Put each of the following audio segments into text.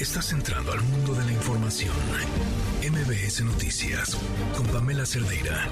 Estás entrando al mundo de la información. MBS Noticias con Pamela Cerdeira.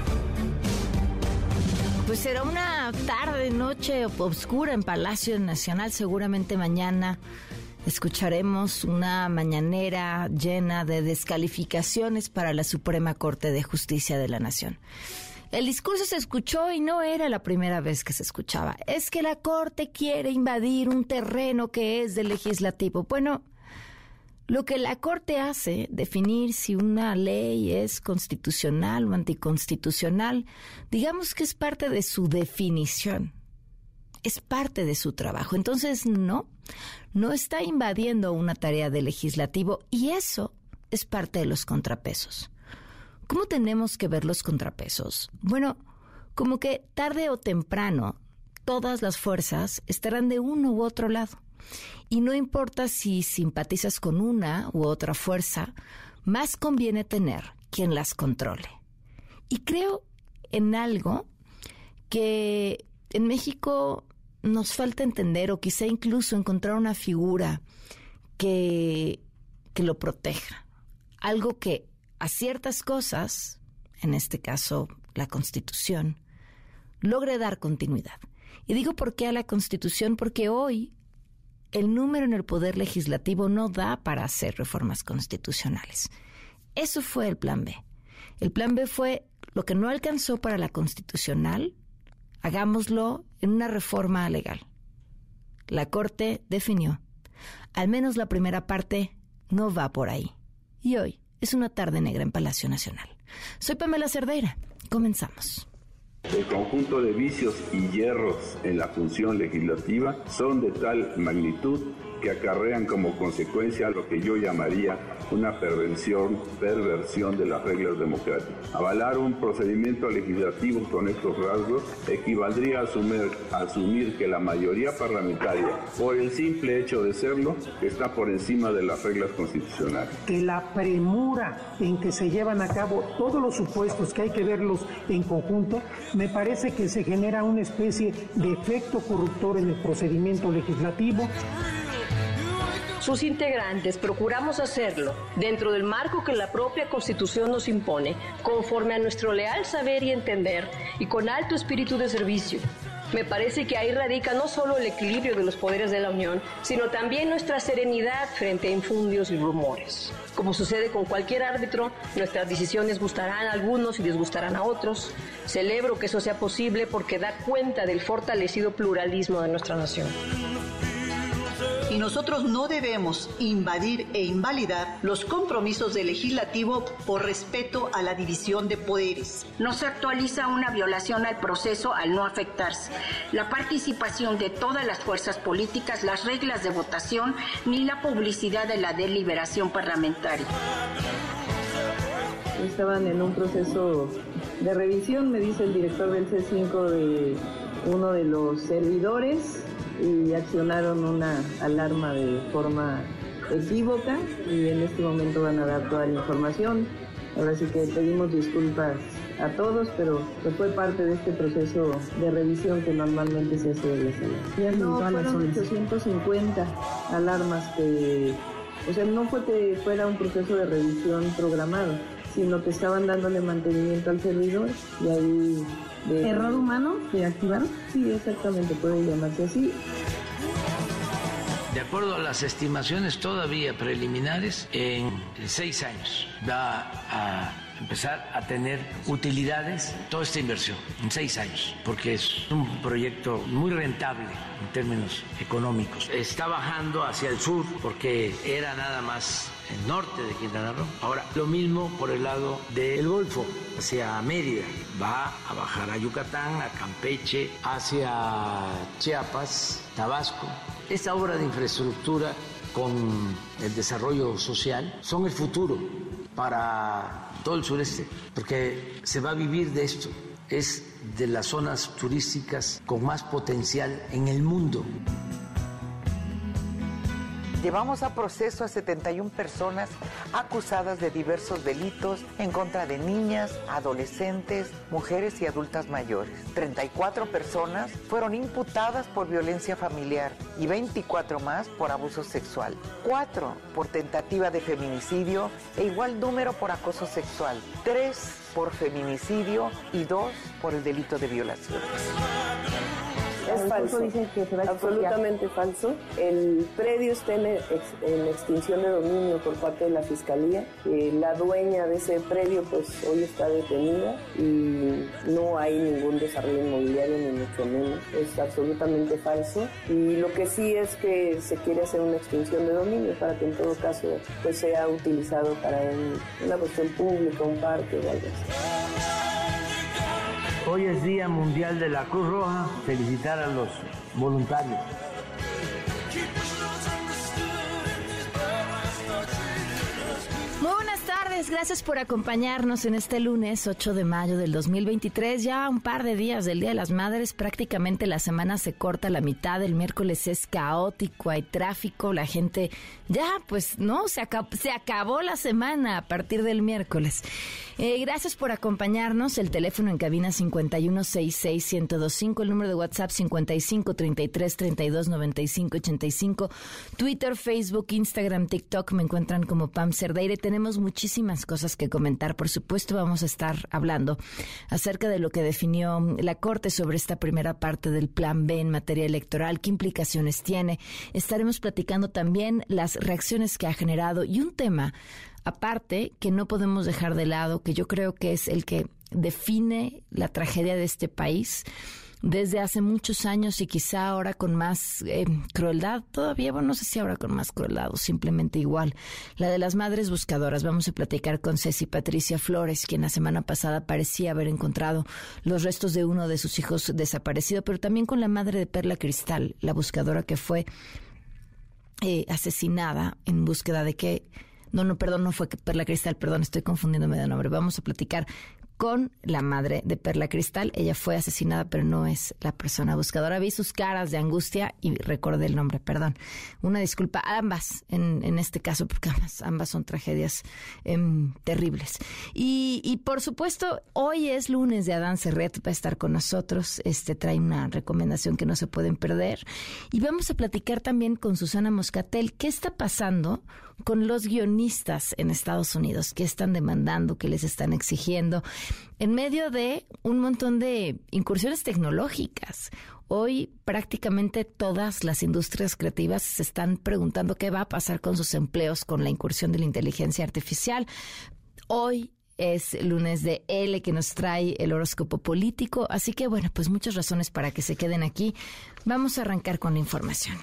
Pues será una tarde, noche oscura en Palacio Nacional. Seguramente mañana escucharemos una mañanera llena de descalificaciones para la Suprema Corte de Justicia de la Nación. El discurso se escuchó y no era la primera vez que se escuchaba. Es que la Corte quiere invadir un terreno que es del legislativo. Bueno, lo que la Corte hace, definir si una ley es constitucional o anticonstitucional, digamos que es parte de su definición, es parte de su trabajo. Entonces, no está invadiendo una tarea del legislativo y eso es parte de los contrapesos. ¿Cómo tenemos que ver los contrapesos? Bueno, como que tarde o temprano todas las fuerzas estarán de uno u otro lado. Y no importa si simpatizas con una u otra fuerza, más conviene tener quien las controle. Y creo en algo que en México nos falta entender, o quizá incluso encontrar una figura que lo proteja. Algo que a ciertas cosas, en este caso la Constitución, logre dar continuidad. Y digo por qué a la Constitución, porque hoy el número en el Poder Legislativo no da para hacer reformas constitucionales. Eso fue el plan B. El plan B fue lo que no alcanzó para la constitucional, hagámoslo en una reforma legal. La Corte definió, al menos la primera parte no va por ahí. Y hoy es una tarde negra en Palacio Nacional. Soy Pamela Cerdeira. Comenzamos. El conjunto de vicios y hierros en la función legislativa son de tal magnitud que acarrean como consecuencia lo que yo llamaría una perversión de las reglas democráticas. Avalar un procedimiento legislativo con estos rasgos equivaldría a asumir que la mayoría parlamentaria, por el simple hecho de serlo, está por encima de las reglas constitucionales. Que la premura en que se llevan a cabo todos los supuestos, que hay que verlos en conjunto, me parece que se genera una especie de efecto corruptor en el procedimiento legislativo. Sus integrantes procuramos hacerlo dentro del marco que la propia Constitución nos impone, conforme a nuestro leal saber y entender y con alto espíritu de servicio. Me parece que ahí radica no solo el equilibrio de los poderes de la Unión, sino también nuestra serenidad frente a infundios y rumores. Como sucede con cualquier árbitro, nuestras decisiones gustarán a algunos y disgustarán a otros. Celebro que eso sea posible porque da cuenta del fortalecido pluralismo de nuestra nación. Y nosotros no debemos invadir e invalidar los compromisos del legislativo por respeto a la división de poderes. No se actualiza una violación al proceso al no afectarse la participación de todas las fuerzas políticas, las reglas de votación, ni la publicidad de la deliberación parlamentaria. Estaban en un proceso de revisión, me dice el director del C5, de uno de los servidores, y accionaron una alarma de forma equívoca y en este momento van a dar toda la información. Ahora sí que pedimos disculpas a todos, pero fue parte de este proceso de revisión que normalmente se hace de la sala. No, fueron 850 alarmas que, o sea, no fue que fuera un proceso de revisión programado, sino que estaban dándole mantenimiento al servidor y ahí... ¿Error humano que activaron? Sí, exactamente, puede llamarse así. De acuerdo a las estimaciones todavía preliminares, en 6 años va a empezar a tener utilidades toda esta inversión, en 6 años, porque es un proyecto muy rentable en términos económicos. Está bajando hacia el sur porque era nada más el norte de Quintana Roo. Ahora, lo mismo por el lado del Golfo, hacia Mérida. Va a bajar a Yucatán, a Campeche, hacia Chiapas, Tabasco. Esta obra de infraestructura con el desarrollo social son el futuro para todo el sureste, porque se va a vivir de esto. Es de las zonas turísticas con más potencial en el mundo. Llevamos a proceso a 71 personas acusadas de diversos delitos en contra de niñas, adolescentes, mujeres y adultas mayores. 34 personas fueron imputadas por violencia familiar y 24 más por abuso sexual. 4 por tentativa de feminicidio e igual número por acoso sexual. 3 por feminicidio y 2 por el delito de violación. Es falso, dicen que se va a absolutamente falso. El predio está en extinción de dominio por parte de la Fiscalía. La dueña de ese predio pues hoy está detenida y no hay ningún desarrollo inmobiliario ni mucho menos. Es absolutamente falso y lo que sí es que se quiere hacer una extinción de dominio para que en todo caso pues sea utilizado para una cuestión pública, un parque o algo así. Hoy es Día Mundial de la Cruz Roja. Felicitar a los voluntarios. Muy buenas tardes, gracias por acompañarnos en este lunes 8 de mayo del 2023, ya un par de días del Día de las Madres, prácticamente la semana se corta a la mitad, el miércoles es caótico, hay tráfico, la gente ya pues no, se acabó la semana a partir del miércoles. Gracias por acompañarnos, el teléfono en cabina 5166125, el número de WhatsApp 5533329585, Twitter, Facebook, Instagram, TikTok, me encuentran como Pam Cerdeire. Tenemos muchísimas cosas que comentar. Por supuesto, vamos a estar hablando acerca de lo que definió la Corte sobre esta primera parte del Plan B en materia electoral, qué implicaciones tiene. Estaremos platicando también las reacciones que ha generado y un tema aparte que no podemos dejar de lado, que yo creo que es el que define la tragedia de este país desde hace muchos años y quizá ahora con más crueldad todavía, bueno, no sé si ahora con más crueldad o simplemente igual, la de las madres buscadoras. Vamos a platicar con Ceci Patricia Flores, quien la semana pasada parecía haber encontrado los restos de uno de sus hijos desaparecido, pero también con la madre de Perla Cristal, la buscadora que fue asesinada en búsqueda de que... No, fue Perla Cristal, estoy confundiéndome de nombre. Vamos a platicar con la madre de Perla Cristal. Ella fue asesinada, pero no es la persona buscadora. Vi sus caras de angustia y recordé el nombre, perdón. Una disculpa a ambas en este caso, porque ambas son tragedias terribles. Y por supuesto, hoy es lunes de Adán Serret, va a estar con nosotros. Trae una recomendación que no se pueden perder. Y vamos a platicar también con Susana Moscatel. ¿Qué está pasando con los guionistas en Estados Unidos? ¿Qué están demandando? ¿Qué les están exigiendo? En medio de un montón de incursiones tecnológicas. Hoy prácticamente todas las industrias creativas se están preguntando qué va a pasar con sus empleos con la incursión de la inteligencia artificial. Hoy es lunes de L, que nos trae el horóscopo político. Así que bueno, pues muchas razones para que se queden aquí. Vamos a arrancar con la información.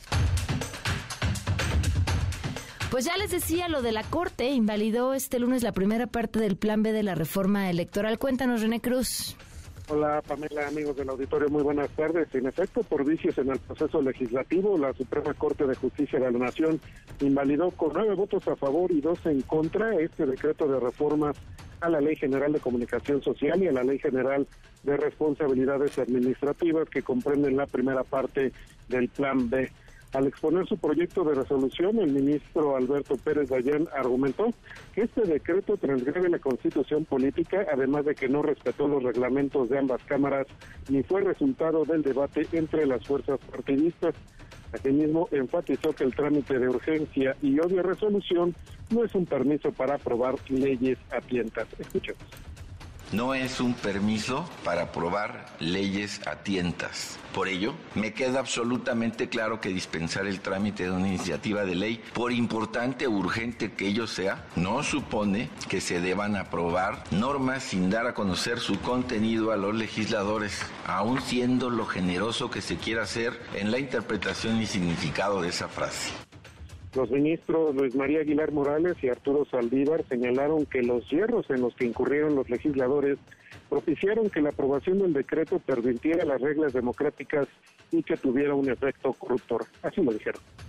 Pues ya les decía, lo de la Corte invalidó este lunes la primera parte del Plan B de la reforma electoral. Cuéntanos, René Cruz. Hola, Pamela, amigos del auditorio, muy buenas tardes. En efecto, por vicios en el proceso legislativo, la Suprema Corte de Justicia de la Nación invalidó con 9 votos a favor y 2 en contra este decreto de reformas a la Ley General de Comunicación Social y a la Ley General de Responsabilidades Administrativas que comprenden la primera parte del Plan B. Al exponer su proyecto de resolución, el ministro Alberto Pérez Dayán argumentó que este decreto transgrede la Constitución política, además de que no respetó los reglamentos de ambas cámaras ni fue resultado del debate entre las fuerzas partidistas. Asimismo, enfatizó que el trámite de urgencia y o de resolución no es un permiso para aprobar leyes a tientas. Escuchemos. No es un permiso para aprobar leyes a tientas. Por ello, me queda absolutamente claro que dispensar el trámite de una iniciativa de ley, por importante o urgente que ello sea, no supone que se deban aprobar normas sin dar a conocer su contenido a los legisladores, aun siendo lo generoso que se quiera hacer en la interpretación y significado de esa frase. Los ministros Luis María Aguilar Morales y Arturo Saldívar señalaron que los hierros en los que incurrieron los legisladores propiciaron que la aprobación del decreto pervirtiera las reglas democráticas y que tuviera un efecto corruptor. Así lo dijeron.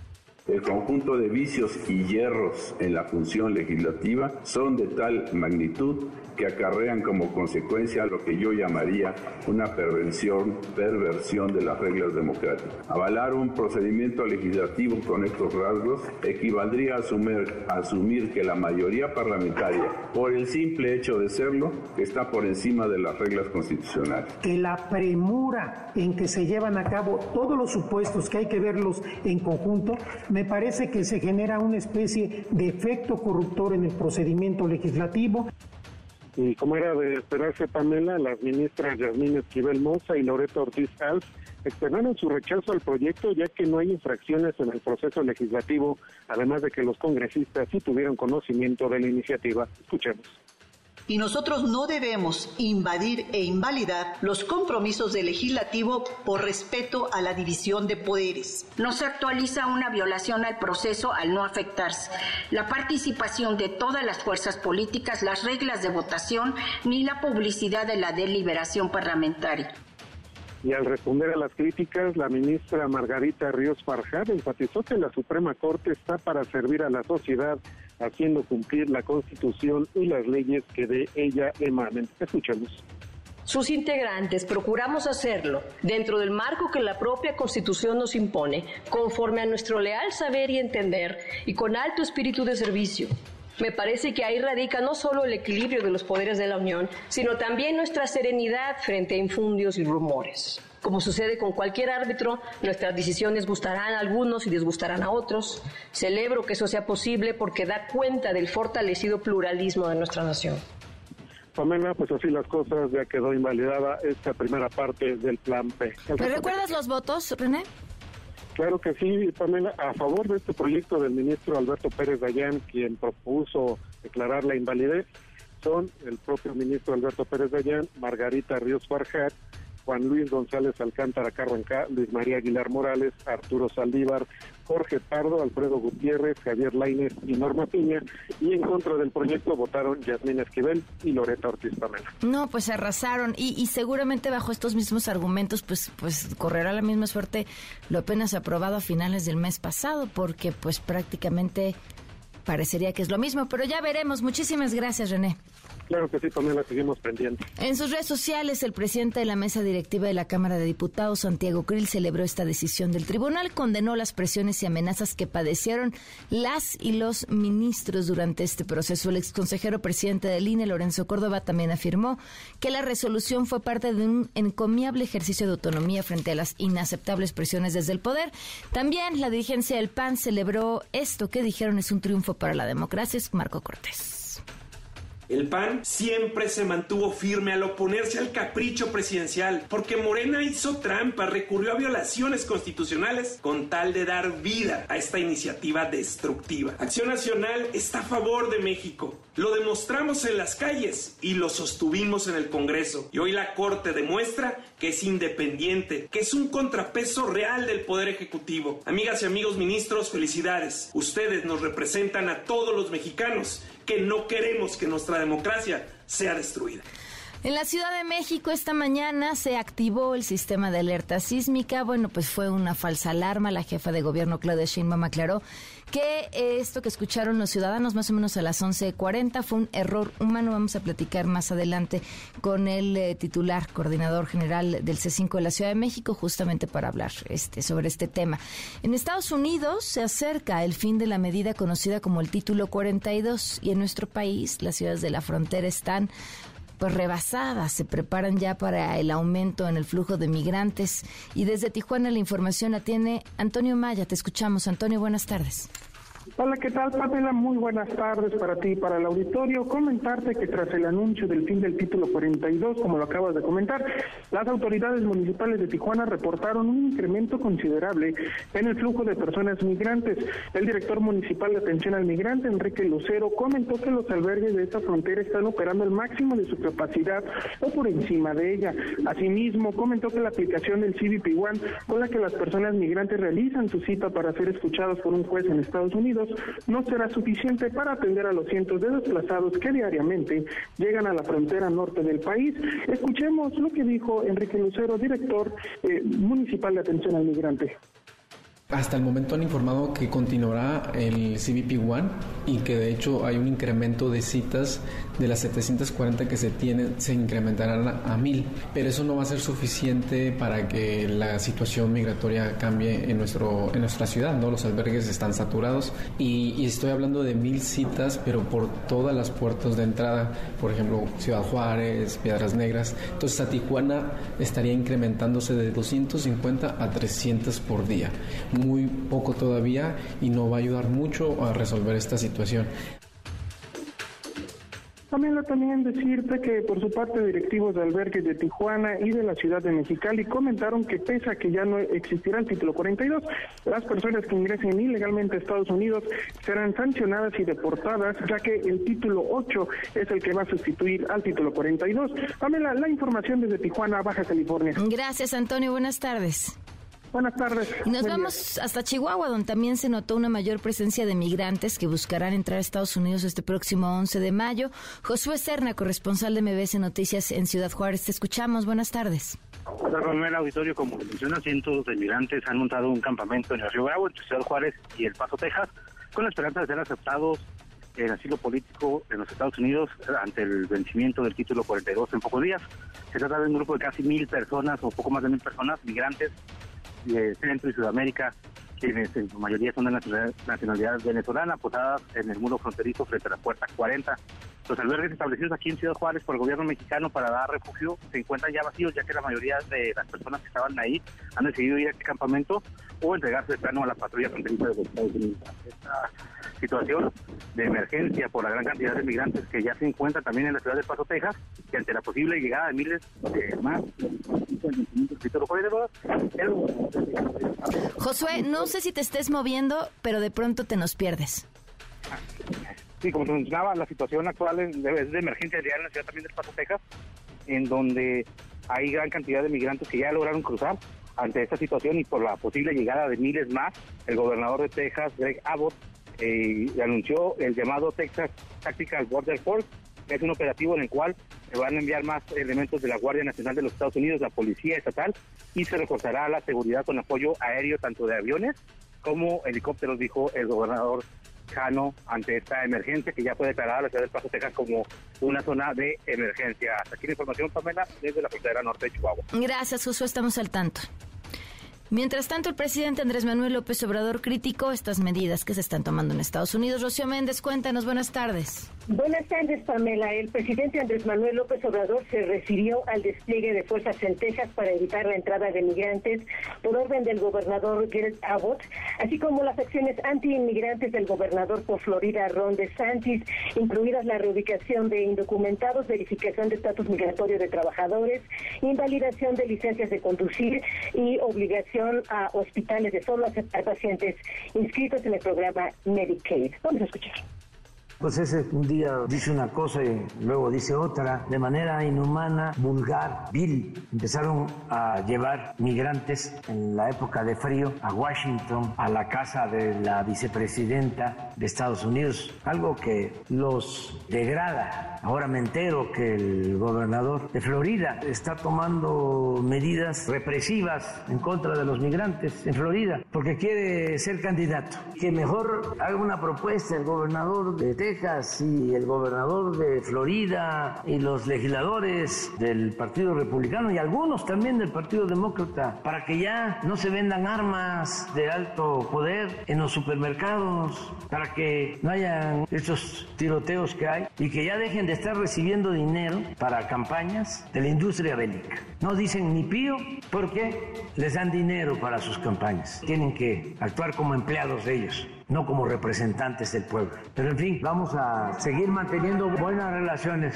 El conjunto de vicios y hierros en la función legislativa son de tal magnitud que acarrean como consecuencia lo que yo llamaría una perversión de las reglas democráticas. Avalar un procedimiento legislativo con estos rasgos equivaldría a asumir que la mayoría parlamentaria, por el simple hecho de serlo, está por encima de las reglas constitucionales. Que la premura en que se llevan a cabo todos los supuestos, que hay que verlos en conjunto, me parece que se genera una especie de efecto corruptor en el procedimiento legislativo. Y como era de esperarse, Pamela, las ministras Yasmín Esquivel Moza y Loreto Ortiz Alves externaron su rechazo al proyecto, ya que no hay infracciones en el proceso legislativo, además de que los congresistas sí tuvieron conocimiento de la iniciativa. Escuchemos. Y nosotros no debemos invadir e invalidar los compromisos del legislativo por respeto a la división de poderes. No se actualiza una violación al proceso al no afectarse la participación de todas las fuerzas políticas, las reglas de votación ni la publicidad de la deliberación parlamentaria. Y al responder a las críticas, la ministra Margarita Ríos Farjat enfatizó que la Suprema Corte está para servir a la sociedad, haciendo cumplir la Constitución y las leyes que de ella emanen. Escuchemos. Sus integrantes procuramos hacerlo dentro del marco que la propia Constitución nos impone, conforme a nuestro leal saber y entender y con alto espíritu de servicio. Me parece que ahí radica no solo el equilibrio de los poderes de la Unión, sino también nuestra serenidad frente a infundios y rumores. Como sucede con cualquier árbitro, nuestras decisiones gustarán a algunos y disgustarán a otros. Celebro que eso sea posible porque da cuenta del fortalecido pluralismo de nuestra nación. Pamela, pues así las cosas, ya quedó invalidada esta primera parte del Plan P. ¿Me recuerdas los votos, René? Claro que sí, Pamela, a favor de este proyecto del ministro Alberto Pérez Dayán, quien propuso declarar la invalidez, son el propio ministro Alberto Pérez Dayán, Margarita Ríos Farjat, Juan Luis González Alcántara Carrancá, Luis María Aguilar Morales, Arturo Saldívar, Jorge Pardo, Alfredo Gutiérrez, Javier Lainez y Norma Piña, y en contra del proyecto votaron Yasmín Esquivel y Loreto Ortiz Pamela. No, pues arrasaron y seguramente bajo estos mismos argumentos pues correrá la misma suerte lo apenas aprobado a finales del mes pasado, porque pues prácticamente parecería que es lo mismo, pero ya veremos. Muchísimas gracias, René. Claro que sí, Pamela, seguimos pendientes. En sus redes sociales, el presidente de la mesa directiva de la Cámara de Diputados, Santiago Cril, celebró esta decisión del tribunal, condenó las presiones y amenazas que padecieron las y los ministros durante este proceso. El exconsejero presidente del INE, Lorenzo Córdoba, también afirmó que la resolución fue parte de un encomiable ejercicio de autonomía frente a las inaceptables presiones desde el poder. También la dirigencia del PAN celebró esto que dijeron es un triunfo para la democracia. Es Marco Cortés. El PAN siempre se mantuvo firme al oponerse al capricho presidencial, porque Morena hizo trampa, recurrió a violaciones constitucionales con tal de dar vida a esta iniciativa destructiva. Acción Nacional está a favor de México. Lo demostramos en las calles y lo sostuvimos en el Congreso. Y hoy la Corte demuestra que es independiente, que es un contrapeso real del Poder Ejecutivo. Amigas y amigos ministros, felicidades. Ustedes nos representan a todos los mexicanos que no queremos que nuestra democracia sea destruida. En la Ciudad de México esta mañana se activó el sistema de alerta sísmica. Bueno, pues fue una falsa alarma. La jefa de gobierno, Claudia Sheinbaum, aclaró que esto que escucharon los ciudadanos más o menos a las 11:40 fue un error humano. Vamos a platicar más adelante con el titular, coordinador general del C5 de la Ciudad de México, justamente para hablar sobre este tema. En Estados Unidos se acerca el fin de la medida conocida como el Título 42 y en nuestro país las ciudades de la frontera están pues rebasadas, se preparan ya para el aumento en el flujo de migrantes. Y desde Tijuana la información la tiene Antonio Maya. Te escuchamos, Antonio, buenas tardes. Hola, ¿qué tal, Pamela? Muy buenas tardes para ti y para el auditorio. Comentarte que tras el anuncio del fin del título 42, como lo acabas de comentar, las autoridades municipales de Tijuana reportaron un incremento considerable en el flujo de personas migrantes. El director municipal de atención al migrante, Enrique Lucero, comentó que los albergues de esta frontera están operando al máximo de su capacidad o por encima de ella. Asimismo, comentó que la aplicación del CBP One, con la que las personas migrantes realizan su cita para ser escuchados por un juez en Estados Unidos, no será suficiente para atender a los cientos de desplazados que diariamente llegan a la frontera norte del país. Escuchemos lo que dijo Enrique Lucero, director municipal de atención al migrante. Hasta el momento han informado que continuará el CBP One y que de hecho hay un incremento de citas de las 740 que se tienen, se incrementarán a 1,000, pero eso no va a ser suficiente para que la situación migratoria cambie en nuestra ciudad, ¿no? Los albergues están saturados y estoy hablando de 1,000 citas, pero por todas las puertas de entrada, por ejemplo, Ciudad Juárez, Piedras Negras. Entonces a Tijuana estaría incrementándose de 250 a 300 por día. Muy poco todavía y no va a ayudar mucho a resolver esta situación. También decirte que por su parte directivos de albergues de Tijuana y de la ciudad de Mexicali comentaron que pese a que ya no existirá el título 42, las personas que ingresen ilegalmente a Estados Unidos serán sancionadas y deportadas, ya que el título 8 es el que va a sustituir al título 42. Pamela, la información desde Tijuana, Baja California. Gracias, Antonio. Buenas tardes. Buenas tardes. Y nos vamos hasta Chihuahua, donde también se notó una mayor presencia de migrantes que buscarán entrar a Estados Unidos este próximo 11 de mayo. Josué Serna, corresponsal de MBS Noticias en Ciudad Juárez. Te escuchamos. Buenas tardes. En el auditorio, como menciona, cientos de migrantes han montado un campamento en el Río Bravo, entre Ciudad Juárez y El Paso, Texas, con la esperanza de ser aceptados en asilo político en los Estados Unidos ante el vencimiento del título 42 en pocos días. Se trata de un grupo de casi 1,000 personas, o poco más de 1,000 personas, migrantes de Centro y Sudamérica, quienes en su mayoría son de nacionalidad venezolana, posadas en el muro fronterizo frente a la puerta 40. Los albergues establecidos aquí en Ciudad Juárez por el gobierno mexicano para dar refugio se encuentran ya vacíos, ya que la mayoría de las personas que estaban ahí han decidido ir a este campamento o entregarse de plano a la patrulla fronteriza de los Estados Unidos. Esta situación de emergencia por la gran cantidad de migrantes que ya se encuentran también en la ciudad de Paso, Texas, que ante la posible llegada de miles más Josué, no sé si te estés moviendo, pero de pronto te nos pierdes. Sí, como se mencionaba, la situación actual es de emergencia ya en la ciudad también de Paso, Texas, en donde hay gran cantidad de migrantes que ya lograron cruzar. Ante esta situación y por la posible llegada de miles más, el gobernador de Texas, Greg Abbott, anunció el llamado Texas Tactical Border Force, que es un operativo en el cual se van a enviar más elementos de la Guardia Nacional de los Estados Unidos, la Policía Estatal, y se reforzará la seguridad con apoyo aéreo tanto de aviones como helicópteros, dijo el gobernador Cano, ante esta emergencia que ya fue declarada la ciudad del Paso, Texas, como una zona de emergencia. Hasta aquí la información, Pamela, desde la frontera norte de Chihuahua. Gracias, Josué, estamos al tanto. Mientras tanto, el presidente Andrés Manuel López Obrador criticó estas medidas que se están tomando en Estados Unidos. Rocío Méndez, cuéntanos, buenas tardes. Buenas tardes, Pamela. El presidente Andrés Manuel López Obrador se refirió al despliegue de fuerzas en Texas para evitar la entrada de migrantes por orden del gobernador Greg Abbott, así como las acciones anti-inmigrantes del gobernador por Florida, Ron DeSantis, incluidas la reubicación de indocumentados, verificación de estatus migratorio de trabajadores, invalidación de licencias de conducir y obligación a hospitales de solo aceptar pacientes inscritos en el programa Medicaid. Vamos a escuchar. Pues ese un día dice una cosa y luego dice otra, de manera inhumana, vulgar, vil. Empezaron a llevar migrantes en la época de frío a Washington, a la casa de la vicepresidenta de Estados Unidos, algo que los degrada. Ahora me entero que el gobernador de Florida está tomando medidas represivas en contra de los migrantes en Florida, porque quiere ser candidato. Que mejor haga una propuesta el gobernador de Texas y el gobernador de Florida y los legisladores del Partido Republicano y algunos también del Partido Demócrata, para que ya no se vendan armas de alto poder en los supermercados, para que no hayan estos tiroteos que hay y que ya dejen de estar recibiendo dinero para campañas de la industria bélica. No dicen ni pío porque les dan dinero para sus campañas. Tienen que actuar como empleados de ellos, no como representantes del pueblo. Pero en fin, vamos a seguir manteniendo buenas relaciones.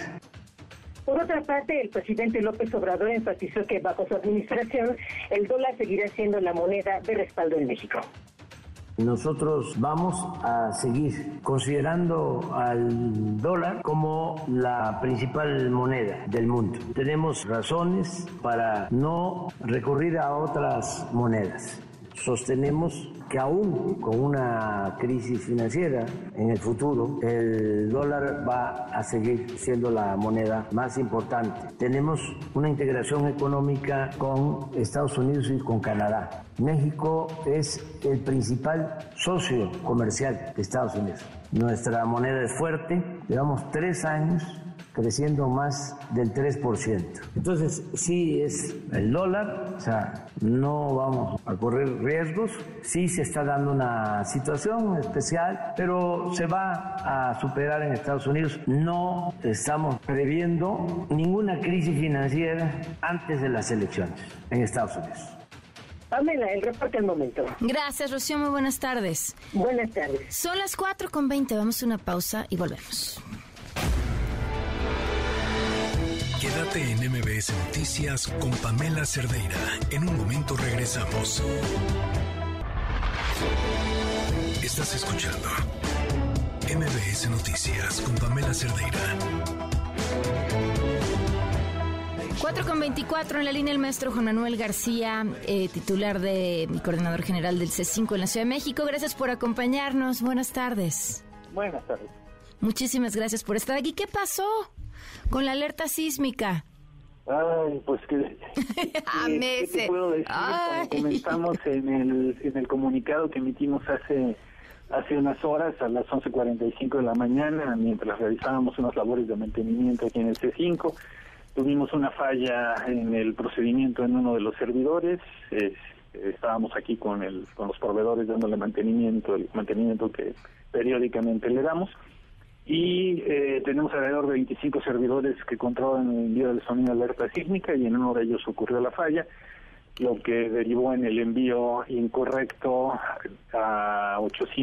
Por otra parte, el presidente López Obrador enfatizó que bajo su administración el dólar seguirá siendo la moneda de respaldo en México. Nosotros vamos a seguir considerando al dólar como la principal moneda del mundo. Tenemos razones para no recurrir a otras monedas. sostenemos que aún con una crisis financiera en el futuro, el dólar va a seguir siendo la moneda más importante. Tenemos una integración económica con Estados Unidos y con Canadá. México es el principal socio comercial de Estados Unidos. Nuestra moneda es fuerte, llevamos 3 años creciendo más del 3%. Entonces, sí es el dólar, o sea, no vamos a correr riesgos, sí se está dando una situación especial, pero se va a superar en Estados Unidos. No estamos previendo ninguna crisis financiera antes de las elecciones en Estados Unidos. Pamela, el reporte al momento. Gracias, Rocío, muy buenas tardes. Buenas tardes. Son las 4:20, vamos a una pausa y volvemos. Quédate en MBS Noticias con Pamela Cerdeira. En un momento regresamos. Estás escuchando MBS Noticias con Pamela Cerdeira. 4:24 en la línea el maestro Juan Manuel García, titular y coordinador general del C5 en la Ciudad de México. Gracias por acompañarnos. Buenas tardes. Buenas tardes. Muchísimas gracias por estar aquí. ¿Qué pasó con la alerta sísmica? Ay, pues ¿qué te puedo decir? Como comentamos en el comunicado que emitimos hace unas horas, a las 11:45 de la mañana, mientras realizábamos unas labores de mantenimiento aquí en el C5, tuvimos una falla en el procedimiento en uno de los servidores. Estábamos aquí con los proveedores dándole el mantenimiento que periódicamente le damos. Y tenemos alrededor de 25 servidores que controlan el envío del sonido de alerta sísmica, y en uno de ellos ocurrió la falla, lo que derivó en el envío incorrecto a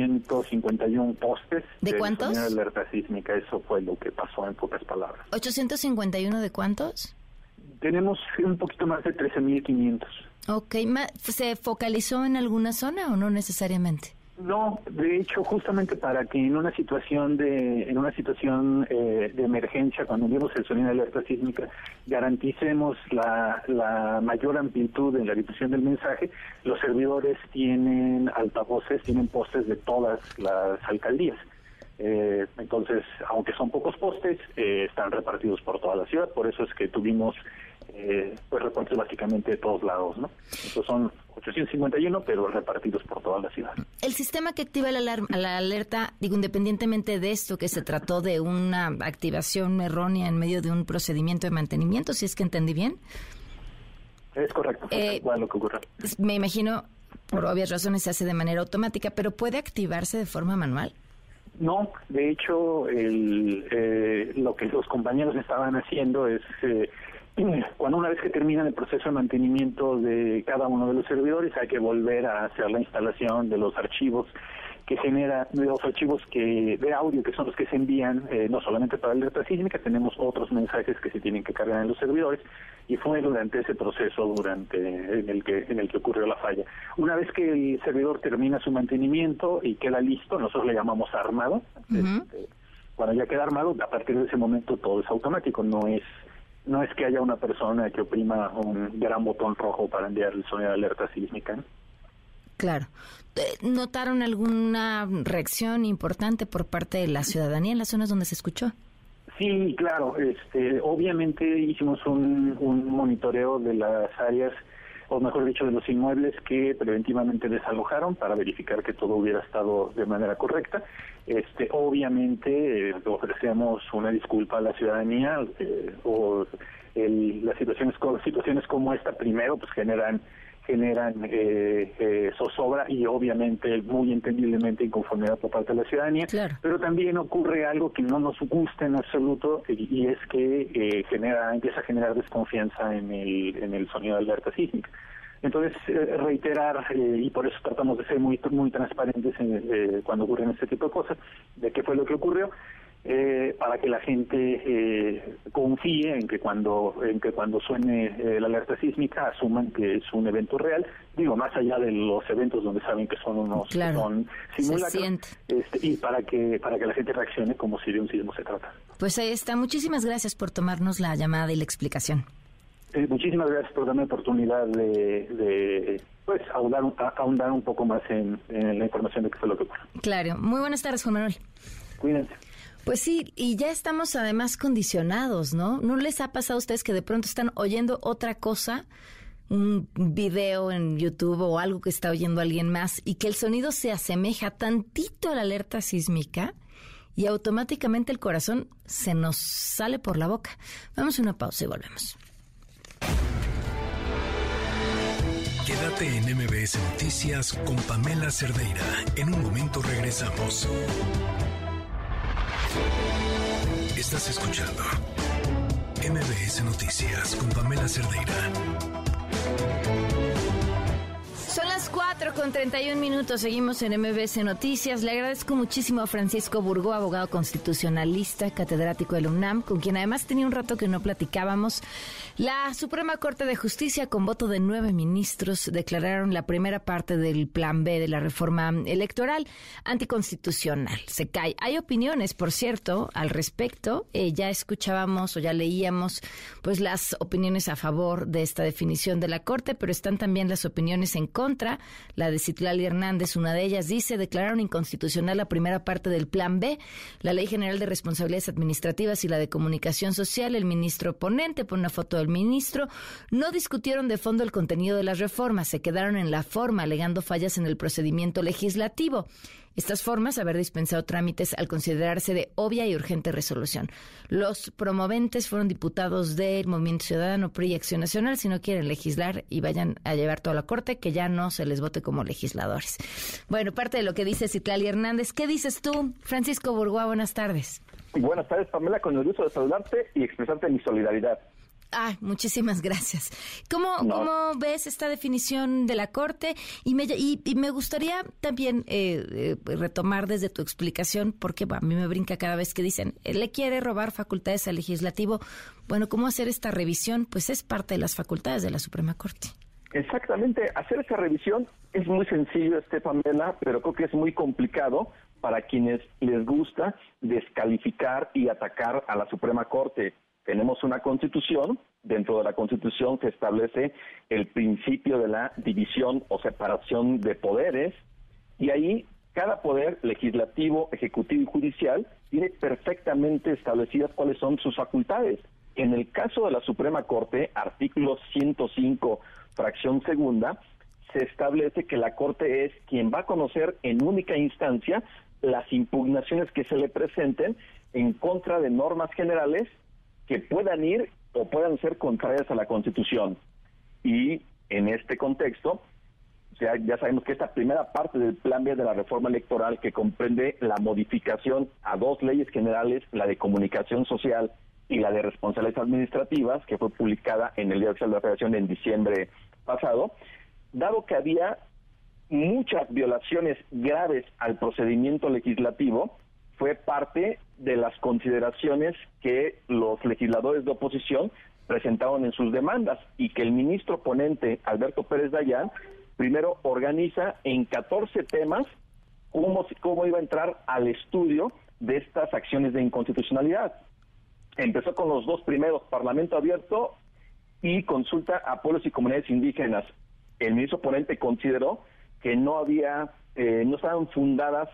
851 postes. ¿De cuántos? Sonido de alerta sísmica. Eso fue lo que pasó, en pocas palabras. ¿851 de cuántos? Tenemos un poquito más de 13,500. Ok, ¿se focalizó en alguna zona o no necesariamente? No, de hecho, justamente para que en una situación de emergencia, cuando enviamos el sonido de alerta sísmica, garanticemos la mayor amplitud en la difusión del mensaje, los servidores tienen altavoces, tienen postes de todas las alcaldías. Entonces, aunque son pocos postes, están repartidos por toda la ciudad. Por eso es que tuvimos reportes básicamente de todos lados, ¿no? Estos son 851, pero repartidos por toda la ciudad. El sistema que activa la alerta, independientemente de esto, que se trató de una activación errónea en medio de un procedimiento de mantenimiento, si es que entendí bien. Es correcto, es igual lo que ocurre. Me imagino, por obvias razones, se hace de manera automática, pero ¿puede activarse de forma manual? No, de hecho, lo que los compañeros estaban haciendo es... cuando una vez que terminan el proceso de mantenimiento de cada uno de los servidores, hay que volver a hacer la instalación de los archivos que genera, de los archivos de audio, que son los que se envían no solamente para la alerta sísmica, tenemos otros mensajes que se tienen que cargar en los servidores, y fue durante ese proceso en el que ocurrió la falla. Una vez que el servidor termina su mantenimiento y queda listo, nosotros le llamamos armado. Cuando ya queda armado, a partir de ese momento todo es automático, no es que haya una persona que oprima un gran botón rojo para enviar el sonido de alerta sísmica, ¿no? Claro. ¿Notaron alguna reacción importante por parte de la ciudadanía en las zonas donde se escuchó? Sí, claro. Obviamente hicimos un monitoreo de las áreas, o mejor dicho, de los inmuebles que preventivamente desalojaron para verificar que todo hubiera estado de manera correcta. Obviamente ofrecemos una disculpa a la ciudadanía, las situaciones como esta primero pues generan zozobra y obviamente muy entendiblemente inconformidad por parte de la ciudadanía. Claro. Pero también ocurre algo que no nos gusta en absoluto, y es que empieza a generar desconfianza en el sonido de alerta sísmica. Entonces, reiterar, y por eso tratamos de ser muy transparentes cuando ocurren este tipo de cosas, de qué fue lo que ocurrió, para que la gente confíe en que cuando suene la alerta sísmica asuman que es un evento real, digo, más allá de los eventos donde saben que son unos simulacros, y para que la gente reaccione como si de un sismo se trata. Pues ahí está. Muchísimas gracias por tomarnos la llamada y la explicación. Muchísimas gracias por darme la oportunidad de ahondar un poco más en la información de qué fue lo que ocurrió. Claro. Muy buenas tardes, Juan Manuel. Cuídense. Pues sí, y ya estamos además condicionados, ¿no? ¿No les ha pasado a ustedes que de pronto están oyendo otra cosa, un video en YouTube o algo que está oyendo alguien más, y que el sonido se asemeja tantito a la alerta sísmica y automáticamente el corazón se nos sale por la boca? Vamos a una pausa y volvemos. Quédate en MBS Noticias con Pamela Cerdeira. En un momento regresamos. Estás escuchando MBS Noticias con Pamela Cerdeira. Son las 4:31. Seguimos en MBS Noticias. Le agradezco muchísimo a Francisco Burgó, abogado constitucionalista, catedrático de la UNAM, con quien además tenía un rato que no platicábamos. La Suprema Corte de Justicia, con voto de 9 ministros, declararon la primera parte del Plan B de la reforma electoral anticonstitucional. Se cae. Hay opiniones, por cierto, al respecto. Ya escuchábamos o ya leíamos pues las opiniones a favor de esta definición de la Corte, pero están también las opiniones en contra. La de Citlali Hernández, una de ellas, dice: declararon inconstitucional la primera parte del Plan B, la Ley General de Responsabilidades Administrativas y la de Comunicación Social. El ministro ponente pone una foto del ministro. No discutieron de fondo el contenido de las reformas, se quedaron en la forma, alegando fallas en el procedimiento legislativo. Estas formas, haber dispensado trámites al considerarse de obvia y urgente resolución. Los promoventes fueron diputados del Movimiento Ciudadano, PRI y Acción Nacional. Si no quieren legislar y vayan a llevar toda la Corte, que ya no se les vote como legisladores. Bueno, parte de lo que dice Citlali Hernández. ¿Qué dices tú, Francisco Burgoa? Buenas tardes. Buenas tardes, Pamela, con el gusto de saludarte y expresarte mi solidaridad. Muchísimas gracias. ¿Cómo ves esta definición de la Corte? Y me gustaría también retomar desde tu explicación, porque a mí me brinca cada vez que dicen, le quiere robar facultades al legislativo. Bueno, ¿cómo hacer esta revisión? Pues es parte de las facultades de la Suprema Corte. Exactamente. Hacer esa revisión es muy sencillo, Pamela, pero creo que es muy complicado para quienes les gusta descalificar y atacar a la Suprema Corte. Tenemos una Constitución, dentro de la Constitución se establece el principio de la división o separación de poderes, y ahí cada poder legislativo, ejecutivo y judicial tiene perfectamente establecidas cuáles son sus facultades. En el caso de la Suprema Corte, artículo 105, fracción segunda, se establece que la Corte es quien va a conocer en única instancia las impugnaciones que se le presenten en contra de normas generales que puedan ir o puedan ser contrarias a la Constitución. Y en este contexto, ya sabemos que esta primera parte del Plan B de la reforma electoral, que comprende la modificación a 2 leyes generales, la de Comunicación Social y la de Responsabilidades Administrativas, que fue publicada en el Diario Oficial de la Federación en diciembre pasado, dado que había muchas violaciones graves al procedimiento legislativo, fue parte de las consideraciones que los legisladores de oposición presentaron en sus demandas, y que el ministro ponente, Alberto Pérez Dayán, primero organiza en 14 temas cómo iba a entrar al estudio de estas acciones de inconstitucionalidad. Empezó con los 2 primeros, Parlamento Abierto y consulta a pueblos y comunidades indígenas. El ministro ponente consideró que no estaban fundadas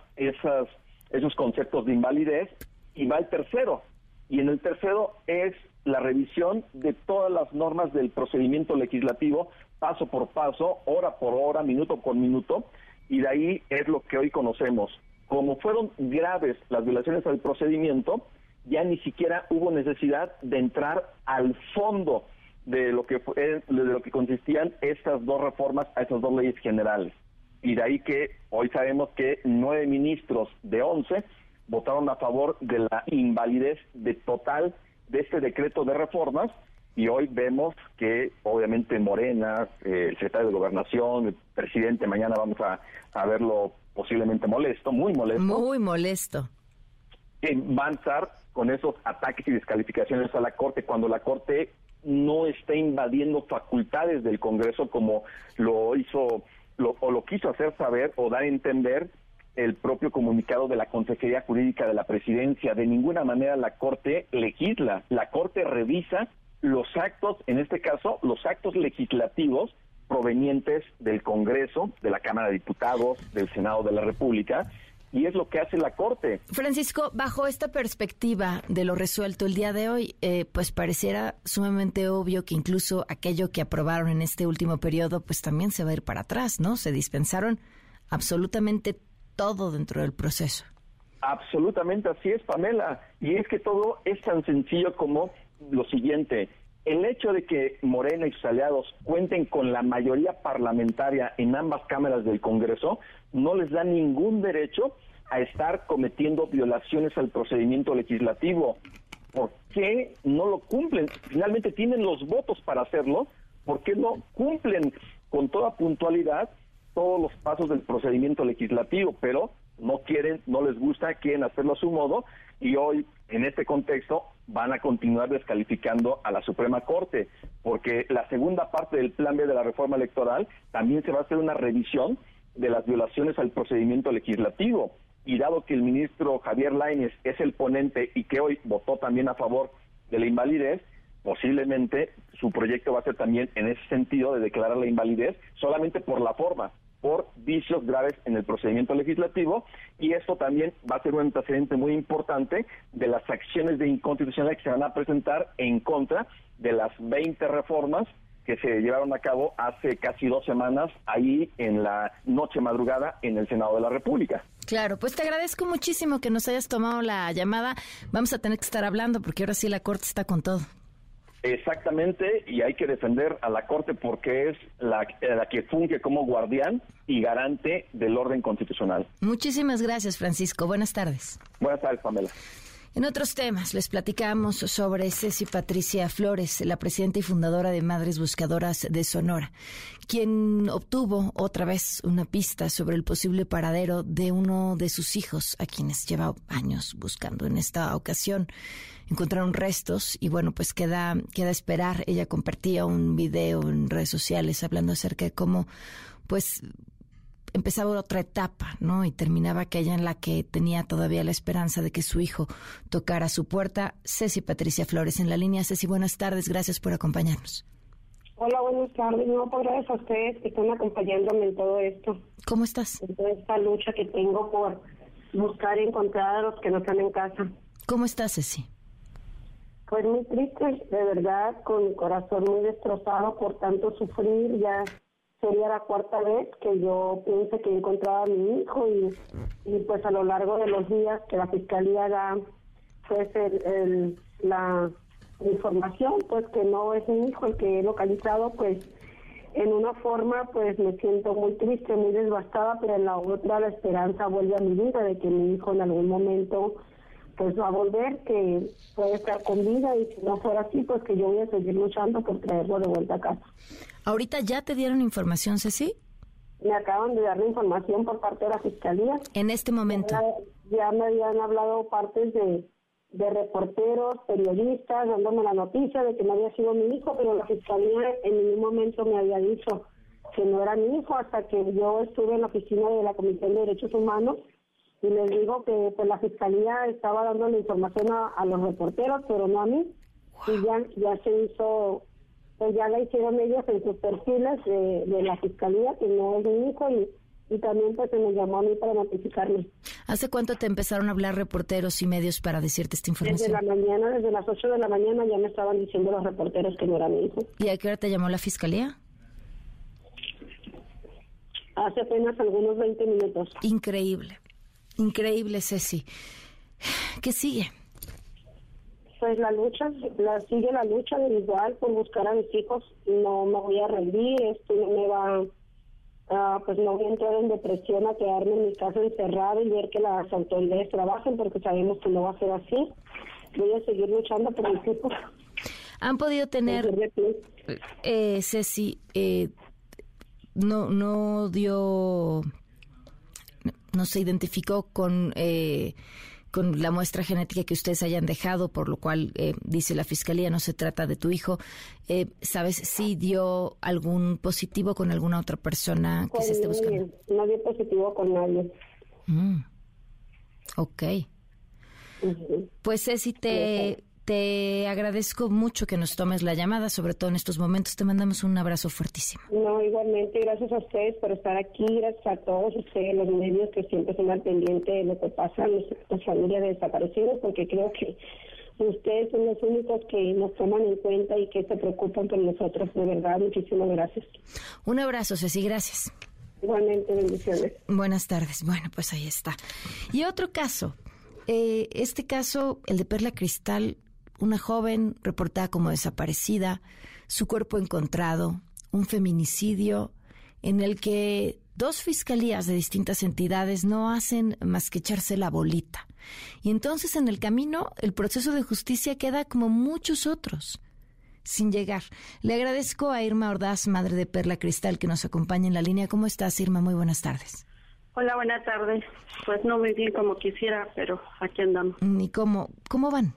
esos conceptos de invalidez, y va el tercero. Y en el tercero es la revisión de todas las normas del procedimiento legislativo, paso por paso, hora por hora, minuto por minuto, y de ahí es lo que hoy conocemos. Como fueron graves las violaciones al procedimiento, ya ni siquiera hubo necesidad de entrar al fondo de lo que consistían estas 2 reformas a esas 2 leyes generales. Y de ahí que hoy sabemos que 9 ministros de 11 votaron a favor de la invalidez total de este decreto de reformas, y hoy vemos que obviamente Morena, el secretario de Gobernación, el presidente, mañana vamos a verlo posiblemente molesto, muy molesto. Muy molesto. Van a estar con esos ataques y descalificaciones a la Corte, cuando la Corte no está invadiendo facultades del Congreso como lo quiso hacer saber o dar a entender el propio comunicado de la Consejería Jurídica de la Presidencia. De ninguna manera la Corte legisla, la Corte revisa los actos, en este caso, los actos legislativos provenientes del Congreso, de la Cámara de Diputados, del Senado de la República, y es lo que hace la Corte. Francisco, bajo esta perspectiva de lo resuelto el día de hoy, pues pareciera sumamente obvio que incluso aquello que aprobaron en este último periodo, pues también se va a ir para atrás, ¿no? Se dispensaron absolutamente todo dentro del proceso. Absolutamente así es, Pamela, y es que todo es tan sencillo como lo siguiente: el hecho de que Morena y sus aliados cuenten con la mayoría parlamentaria en ambas cámaras del Congreso no les da ningún derecho a estar cometiendo violaciones al procedimiento legislativo. ¿Por qué no lo cumplen? Finalmente tienen los votos para hacerlo. ¿Por qué no cumplen con toda puntualidad todos los pasos del procedimiento legislativo? Pero no quieren, no les gusta, quieren hacerlo a su modo, y hoy, en este contexto, van a continuar descalificando a la Suprema Corte, porque la segunda parte del Plan B de la reforma electoral también se va a hacer una revisión de las violaciones al procedimiento legislativo, y dado que el ministro Javier Lainez es el ponente y que hoy votó también a favor de la invalidez, posiblemente su proyecto va a ser también en ese sentido de declarar la invalidez solamente por la forma, por vicios graves en el procedimiento legislativo, y esto también va a ser un antecedente muy importante de las acciones de inconstitucionalidad que se van a presentar en contra de las 20 reformas que se llevaron a cabo hace casi 2 semanas ahí en la noche madrugada en el Senado de la República. Claro, pues te agradezco muchísimo que nos hayas tomado la llamada. Vamos a tener que estar hablando porque ahora sí la Corte está con todo. Exactamente, y hay que defender a la Corte porque es la que funge como guardián y garante del orden constitucional. Muchísimas gracias, Francisco. Buenas tardes. Buenas tardes, Pamela. En otros temas, les platicamos sobre Ceci Patricia Flores, la presidenta y fundadora de Madres Buscadoras de Sonora, quien obtuvo otra vez una pista sobre el posible paradero de uno de sus hijos, a quienes lleva años buscando. En esta ocasión encontraron restos y bueno, pues queda esperar. Ella compartía un video en redes sociales hablando acerca de cómo pues empezaba otra etapa, ¿no? Y terminaba aquella en la que tenía todavía la esperanza de que su hijo tocara su puerta. Ceci Patricia Flores en la línea. Ceci, buenas tardes, gracias por acompañarnos. Hola, buenas tardes. No, pues gracias a ustedes que están acompañándome en todo esto. ¿Cómo estás? En toda esta lucha que tengo por buscar y encontrar a los que no están en casa. ¿Cómo estás, Ceci? Pues muy triste, de verdad, con mi corazón muy destrozado por tanto sufrir. Ya sería la 4ª vez que yo piense que encontraba a mi hijo y pues a lo largo de los días que la Fiscalía da pues la información pues que no es mi hijo el que he localizado, pues en una forma pues me siento muy triste, muy devastada, pero en la otra la esperanza vuelve a mi vida de que mi hijo en algún momento pues va a volver, que puede estar con vida, y si no fuera así, pues que yo voy a seguir luchando por traerlo de vuelta a casa. ¿Ahorita ya te dieron información, Ceci? Me acaban de dar la información por parte de la Fiscalía. ¿En este momento? Ya me habían hablado partes de reporteros, periodistas, dándome la noticia de que no había sido mi hijo, pero la Fiscalía en ningún momento me había dicho que no era mi hijo, hasta que yo estuve en la oficina de la Comisión de Derechos Humanos y les digo que pues la Fiscalía estaba dando la información a los reporteros, pero no a mí. Wow. Y ya se hizo, pues ya la hicieron ellos en sus perfiles de la Fiscalía, que no es mi hijo, y también pues se me llamó a mí para notificarme. ¿Hace cuánto te empezaron a hablar reporteros y medios para decirte esta información? Desde la mañana, desde las 8 de la mañana ya me estaban diciendo los reporteros que no era mi hijo. ¿Y a qué hora te llamó la Fiscalía? Hace apenas algunos 20 minutos. Increíble, Ceci. ¿Qué sigue? Pues sigue la lucha igual por buscar a mis hijos. No me voy a rendir, esto no me va, pues no voy a entrar en depresión a quedarme en mi casa encerrada y ver que las autoridades trabajen, porque sabemos que no va a ser así. Voy a seguir luchando por mis hijos. ¿Han podido tener, Ceci, no se identificó con la muestra genética que ustedes hayan dejado, por lo cual dice la Fiscalía no se trata de tu hijo? ¿Sabes si dio algún positivo con alguna otra persona que se esté buscando? No dio positivo con nadie. Ok. Uh-huh. Pues Ceci, te Te agradezco mucho que nos tomes la llamada, sobre todo en estos momentos. Te mandamos un abrazo fuertísimo. No, igualmente, gracias a ustedes por estar aquí, gracias a todos ustedes, los medios que siempre están al pendiente de lo que pasa en nuestras familias de desaparecidos, porque creo que ustedes son los únicos que nos toman en cuenta y que se preocupan por nosotros. De verdad, muchísimas gracias. Un abrazo, Ceci, gracias. Igualmente, bendiciones. Buenas tardes. Bueno, pues ahí está. Y otro caso. Este caso, el de Perla Cristal, una joven reportada como desaparecida, su cuerpo encontrado, un feminicidio en el que 2 fiscalías de distintas entidades no hacen más que echarse la bolita. Y entonces en el camino el proceso de justicia queda como muchos otros, sin llegar. Le agradezco a Irma Ordaz, madre de Perla Cristal, que nos acompaña en la línea. ¿Cómo estás, Irma? Muy buenas tardes. Hola, buenas tardes. Pues no muy bien como quisiera, pero aquí andamos. ¿Y cómo van?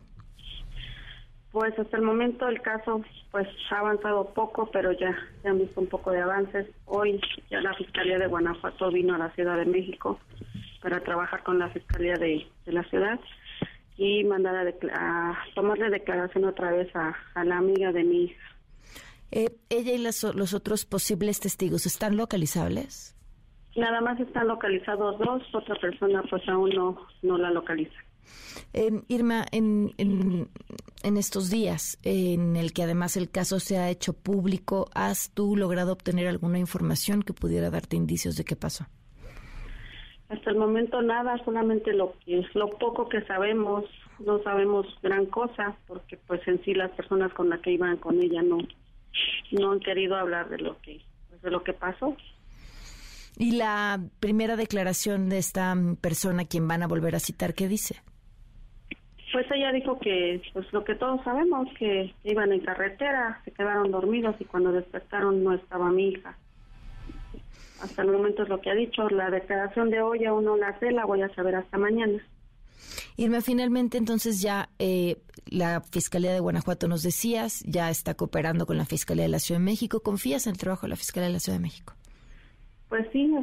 Pues hasta el momento el caso pues ha avanzado poco, pero ya se han visto un poco de avances. Hoy ya la Fiscalía de Guanajuato vino a la Ciudad de México para trabajar con la Fiscalía de la ciudad y mandar a tomarle declaración otra vez a la amiga de mi hija. ¿Ella y los otros posibles testigos están localizables? Nada más están localizados 2, otra persona pues aún no la localiza. Irma, en estos días en el que además el caso se ha hecho público, ¿has tú logrado obtener alguna información que pudiera darte indicios de qué pasó? Hasta el momento nada, solamente lo poco que sabemos. No sabemos gran cosa porque pues en sí las personas con las que iban con ella no han querido hablar de lo que pasó. ¿Y la primera declaración de esta persona, quien van a volver a citar, qué dice? Pues ella dijo que, pues lo que todos sabemos, que iban en carretera, se quedaron dormidos y cuando despertaron no estaba mi hija. Hasta el momento es lo que ha dicho. La declaración de hoy aún no la sé, la voy a saber hasta mañana. Irma, finalmente entonces ya la Fiscalía de Guanajuato, nos decías, ya está cooperando con la Fiscalía de la Ciudad de México. ¿Confías en el trabajo de la Fiscalía de la Ciudad de México? Pues sí,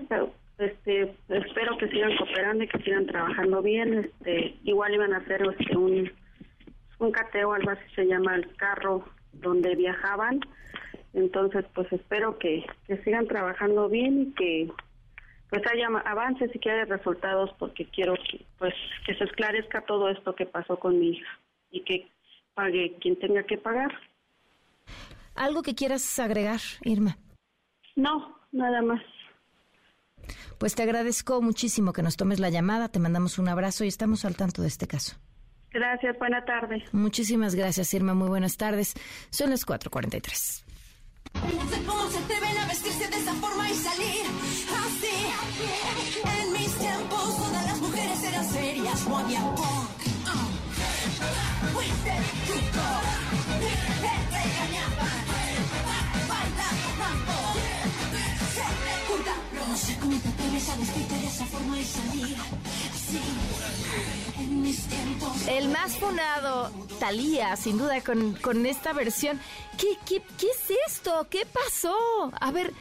espero que sigan cooperando y que sigan trabajando bien. Igual iban a hacer un cateo, algo así se llama, el carro donde viajaban. Entonces, pues espero que sigan trabajando bien y que pues haya avances y que haya resultados, porque quiero que se esclarezca todo esto que pasó con mi hija y que pague quien tenga que pagar. ¿Algo que quieras agregar, Irma? No, nada más. Pues te agradezco muchísimo que nos tomes la llamada, te mandamos un abrazo y estamos al tanto de este caso. Gracias, buena tarde. Muchísimas gracias, Irma, muy buenas tardes. Son las 4:43. ¿Cómo se atreven a vestirse de esa forma y salir así? En mis tiempos todas las mujeres eran serias, no había punk. Fuiste chico, te regañaban, bailando mambo, se te juntaron. No sé cómo te atreves a vestirte de esa forma y salir así. En mis tiempos. El más funado, Thalía, sin duda, con esta versión. ¿Qué es esto? ¿Qué pasó? A ver,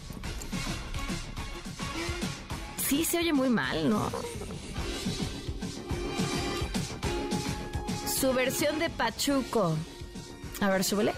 sí se oye muy mal, ¿no? Su versión de Pachuco. A ver, súbele.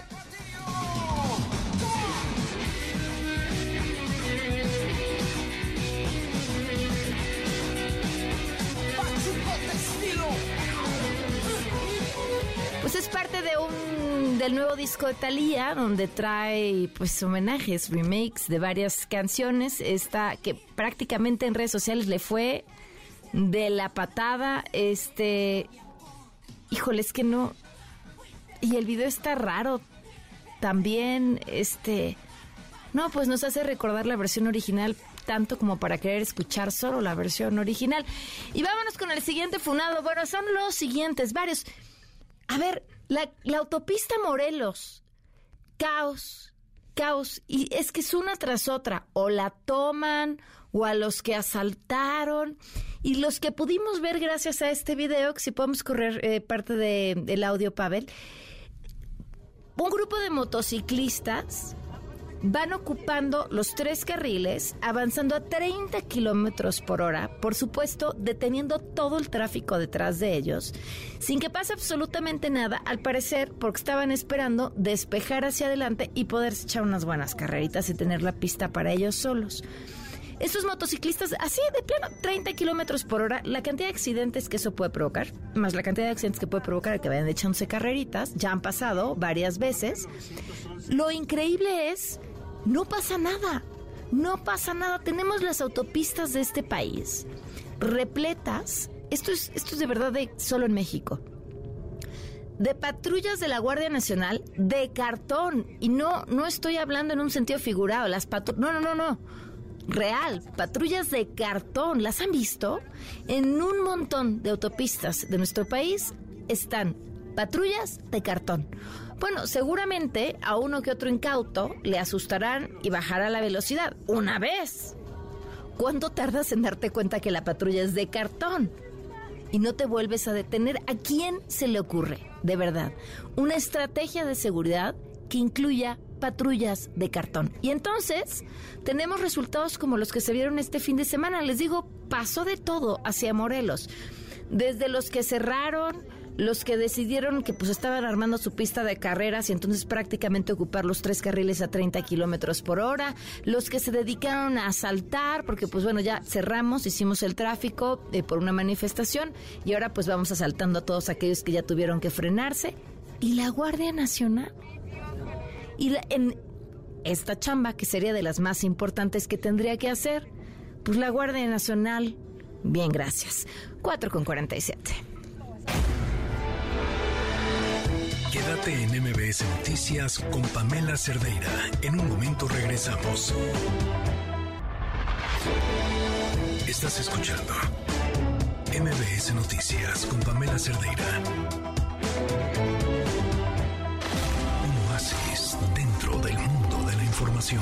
Pues es parte del nuevo disco de Thalía, donde trae pues homenajes, remakes de varias canciones. Esta que prácticamente en redes sociales le fue de la patada. Híjole, es que no. Y el video está raro también. No, pues nos hace recordar la versión original tanto como para querer escuchar solo la versión original. Y vámonos con el siguiente funado. Bueno, son los siguientes, varios. A ver, la autopista Morelos, caos, y es que es una tras otra, o la toman, o a los que asaltaron, y los que pudimos ver gracias a este video, que si podemos correr parte del audio, Pavel, un grupo de motociclistas van ocupando los 3 carriles, avanzando a 30 kilómetros por hora, por supuesto, deteniendo todo el tráfico detrás de ellos, sin que pase absolutamente nada, al parecer, porque estaban esperando despejar hacia adelante y poderse echar unas buenas carreritas y tener la pista para ellos solos. Estos motociclistas, así de pleno, 30 kilómetros por hora, la cantidad de accidentes que eso puede provocar, más la cantidad de accidentes que puede provocar el que vayan echándose carreritas, ya han pasado varias veces. Lo increíble es, no pasa nada. Tenemos las autopistas de este país repletas, esto es de verdad de solo en México, de patrullas de la Guardia Nacional de cartón. Y no estoy hablando en un sentido figurado, no. Real, patrullas de cartón. ¿Las han visto? En un montón de autopistas de nuestro país están patrullas de cartón. Bueno, seguramente a uno que otro incauto le asustarán y bajará la velocidad una vez. ¿Cuánto tardas en darte cuenta que la patrulla es de cartón? Y no te vuelves a detener. ¿A quién se le ocurre, de verdad, una estrategia de seguridad que incluya patrullas de cartón? Y entonces tenemos resultados como los que se vieron este fin de semana. Les digo, pasó de todo hacia Morelos. Desde los que cerraron, los que decidieron que pues estaban armando su pista de carreras y entonces prácticamente ocupar los 3 carriles a 30 kilómetros por hora, los que se dedicaron a asaltar, porque pues bueno, ya cerramos, hicimos el tráfico por una manifestación y ahora pues vamos asaltando a todos aquellos que ya tuvieron que frenarse. Y la Guardia Nacional, en esta chamba, que sería de las más importantes que tendría que hacer, pues la Guardia Nacional, bien, gracias. 4:47. Quédate en MBS Noticias con Pamela Cerdeira. En un momento regresamos. Estás escuchando MBS Noticias con Pamela Cerdeira. Un oasis dentro del mundo de la información.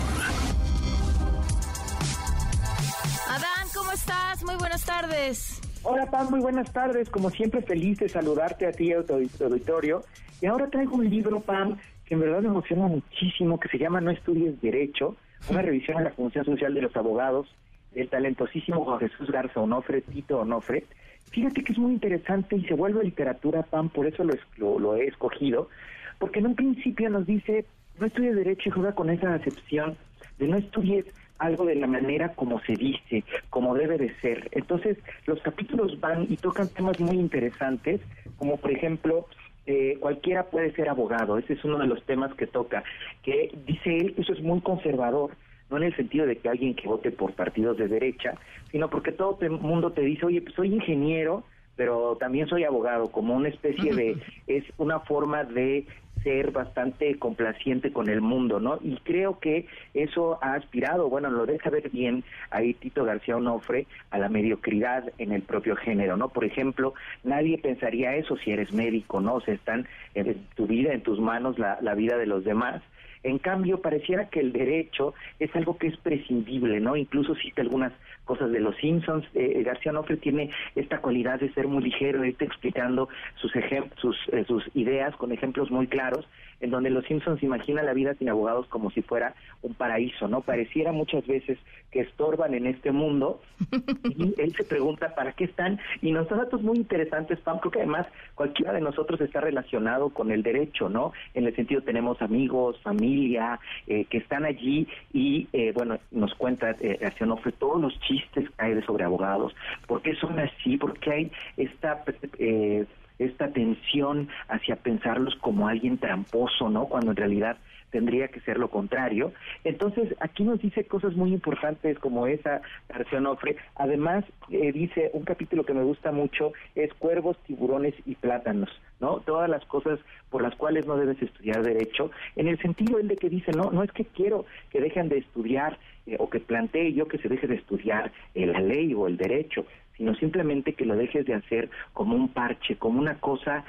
Adán, ¿cómo estás? Muy buenas tardes. Hola, Pam, muy buenas tardes. Como siempre, feliz de saludarte a ti y a tu auditorio. Y ahora traigo un libro, Pam, que en verdad me emociona muchísimo, que se llama No estudies Derecho, una revisión a la función social de los abogados, del talentosísimo Juan Jesús Garza Onofre, Tito Onofre. Fíjate que es muy interesante y se vuelve literatura, Pam, por eso lo he escogido, porque en un principio nos dice, no estudies Derecho y juega con esa acepción de no estudies algo de la manera como se dice, como debe de ser. Entonces, los capítulos van y tocan temas muy interesantes, como por ejemplo, cualquiera puede ser abogado. Ese es uno de los temas que toca, que dice él que eso es muy conservador, no en el sentido de que alguien que vote por partidos de derecha, sino porque todo el mundo te dice, oye, pues soy ingeniero, pero también soy abogado, como una especie de, es una forma de ser bastante complaciente con el mundo, ¿no? Y creo que eso ha aspirado, bueno, lo deja ver bien ahí Tito García Onofre, a la mediocridad en el propio género, ¿no? Por ejemplo, nadie pensaría eso si eres médico, ¿no? O sea, están en tu vida, en tus manos, la vida de los demás. En cambio, pareciera que el derecho es algo que es prescindible, ¿no? Incluso cita algunas cosas de los Simpsons. García Onofre tiene esta cualidad de ser muy ligero, de irte explicando sus ideas con ejemplos muy claros, en donde los Simpsons imaginan la vida sin abogados como si fuera un paraíso, ¿no? Pareciera muchas veces que estorban en este mundo y él se pregunta ¿para qué están? Y nos da datos muy interesantes, Pam. Creo que además cualquiera de nosotros está relacionado con el derecho, ¿no? En el sentido tenemos amigos, familia, que están allí y, bueno, nos cuenta García Onofre todos los chistes que hay sobre abogados. ¿Por qué son así? ¿Por qué hay esta tensión hacia pensarlos como alguien tramposo, ¿no? Cuando en realidad tendría que ser lo contrario. Entonces, aquí nos dice cosas muy importantes como esa García Onofre. Además, dice un capítulo que me gusta mucho, es cuervos, tiburones y plátanos, ¿no? Todas las cosas por las cuales no debes estudiar derecho, en el sentido él de que dice, no es que quiero que dejen de estudiar o que plantee yo que se deje de estudiar la ley o el derecho, sino simplemente que lo dejes de hacer como un parche, como una cosa que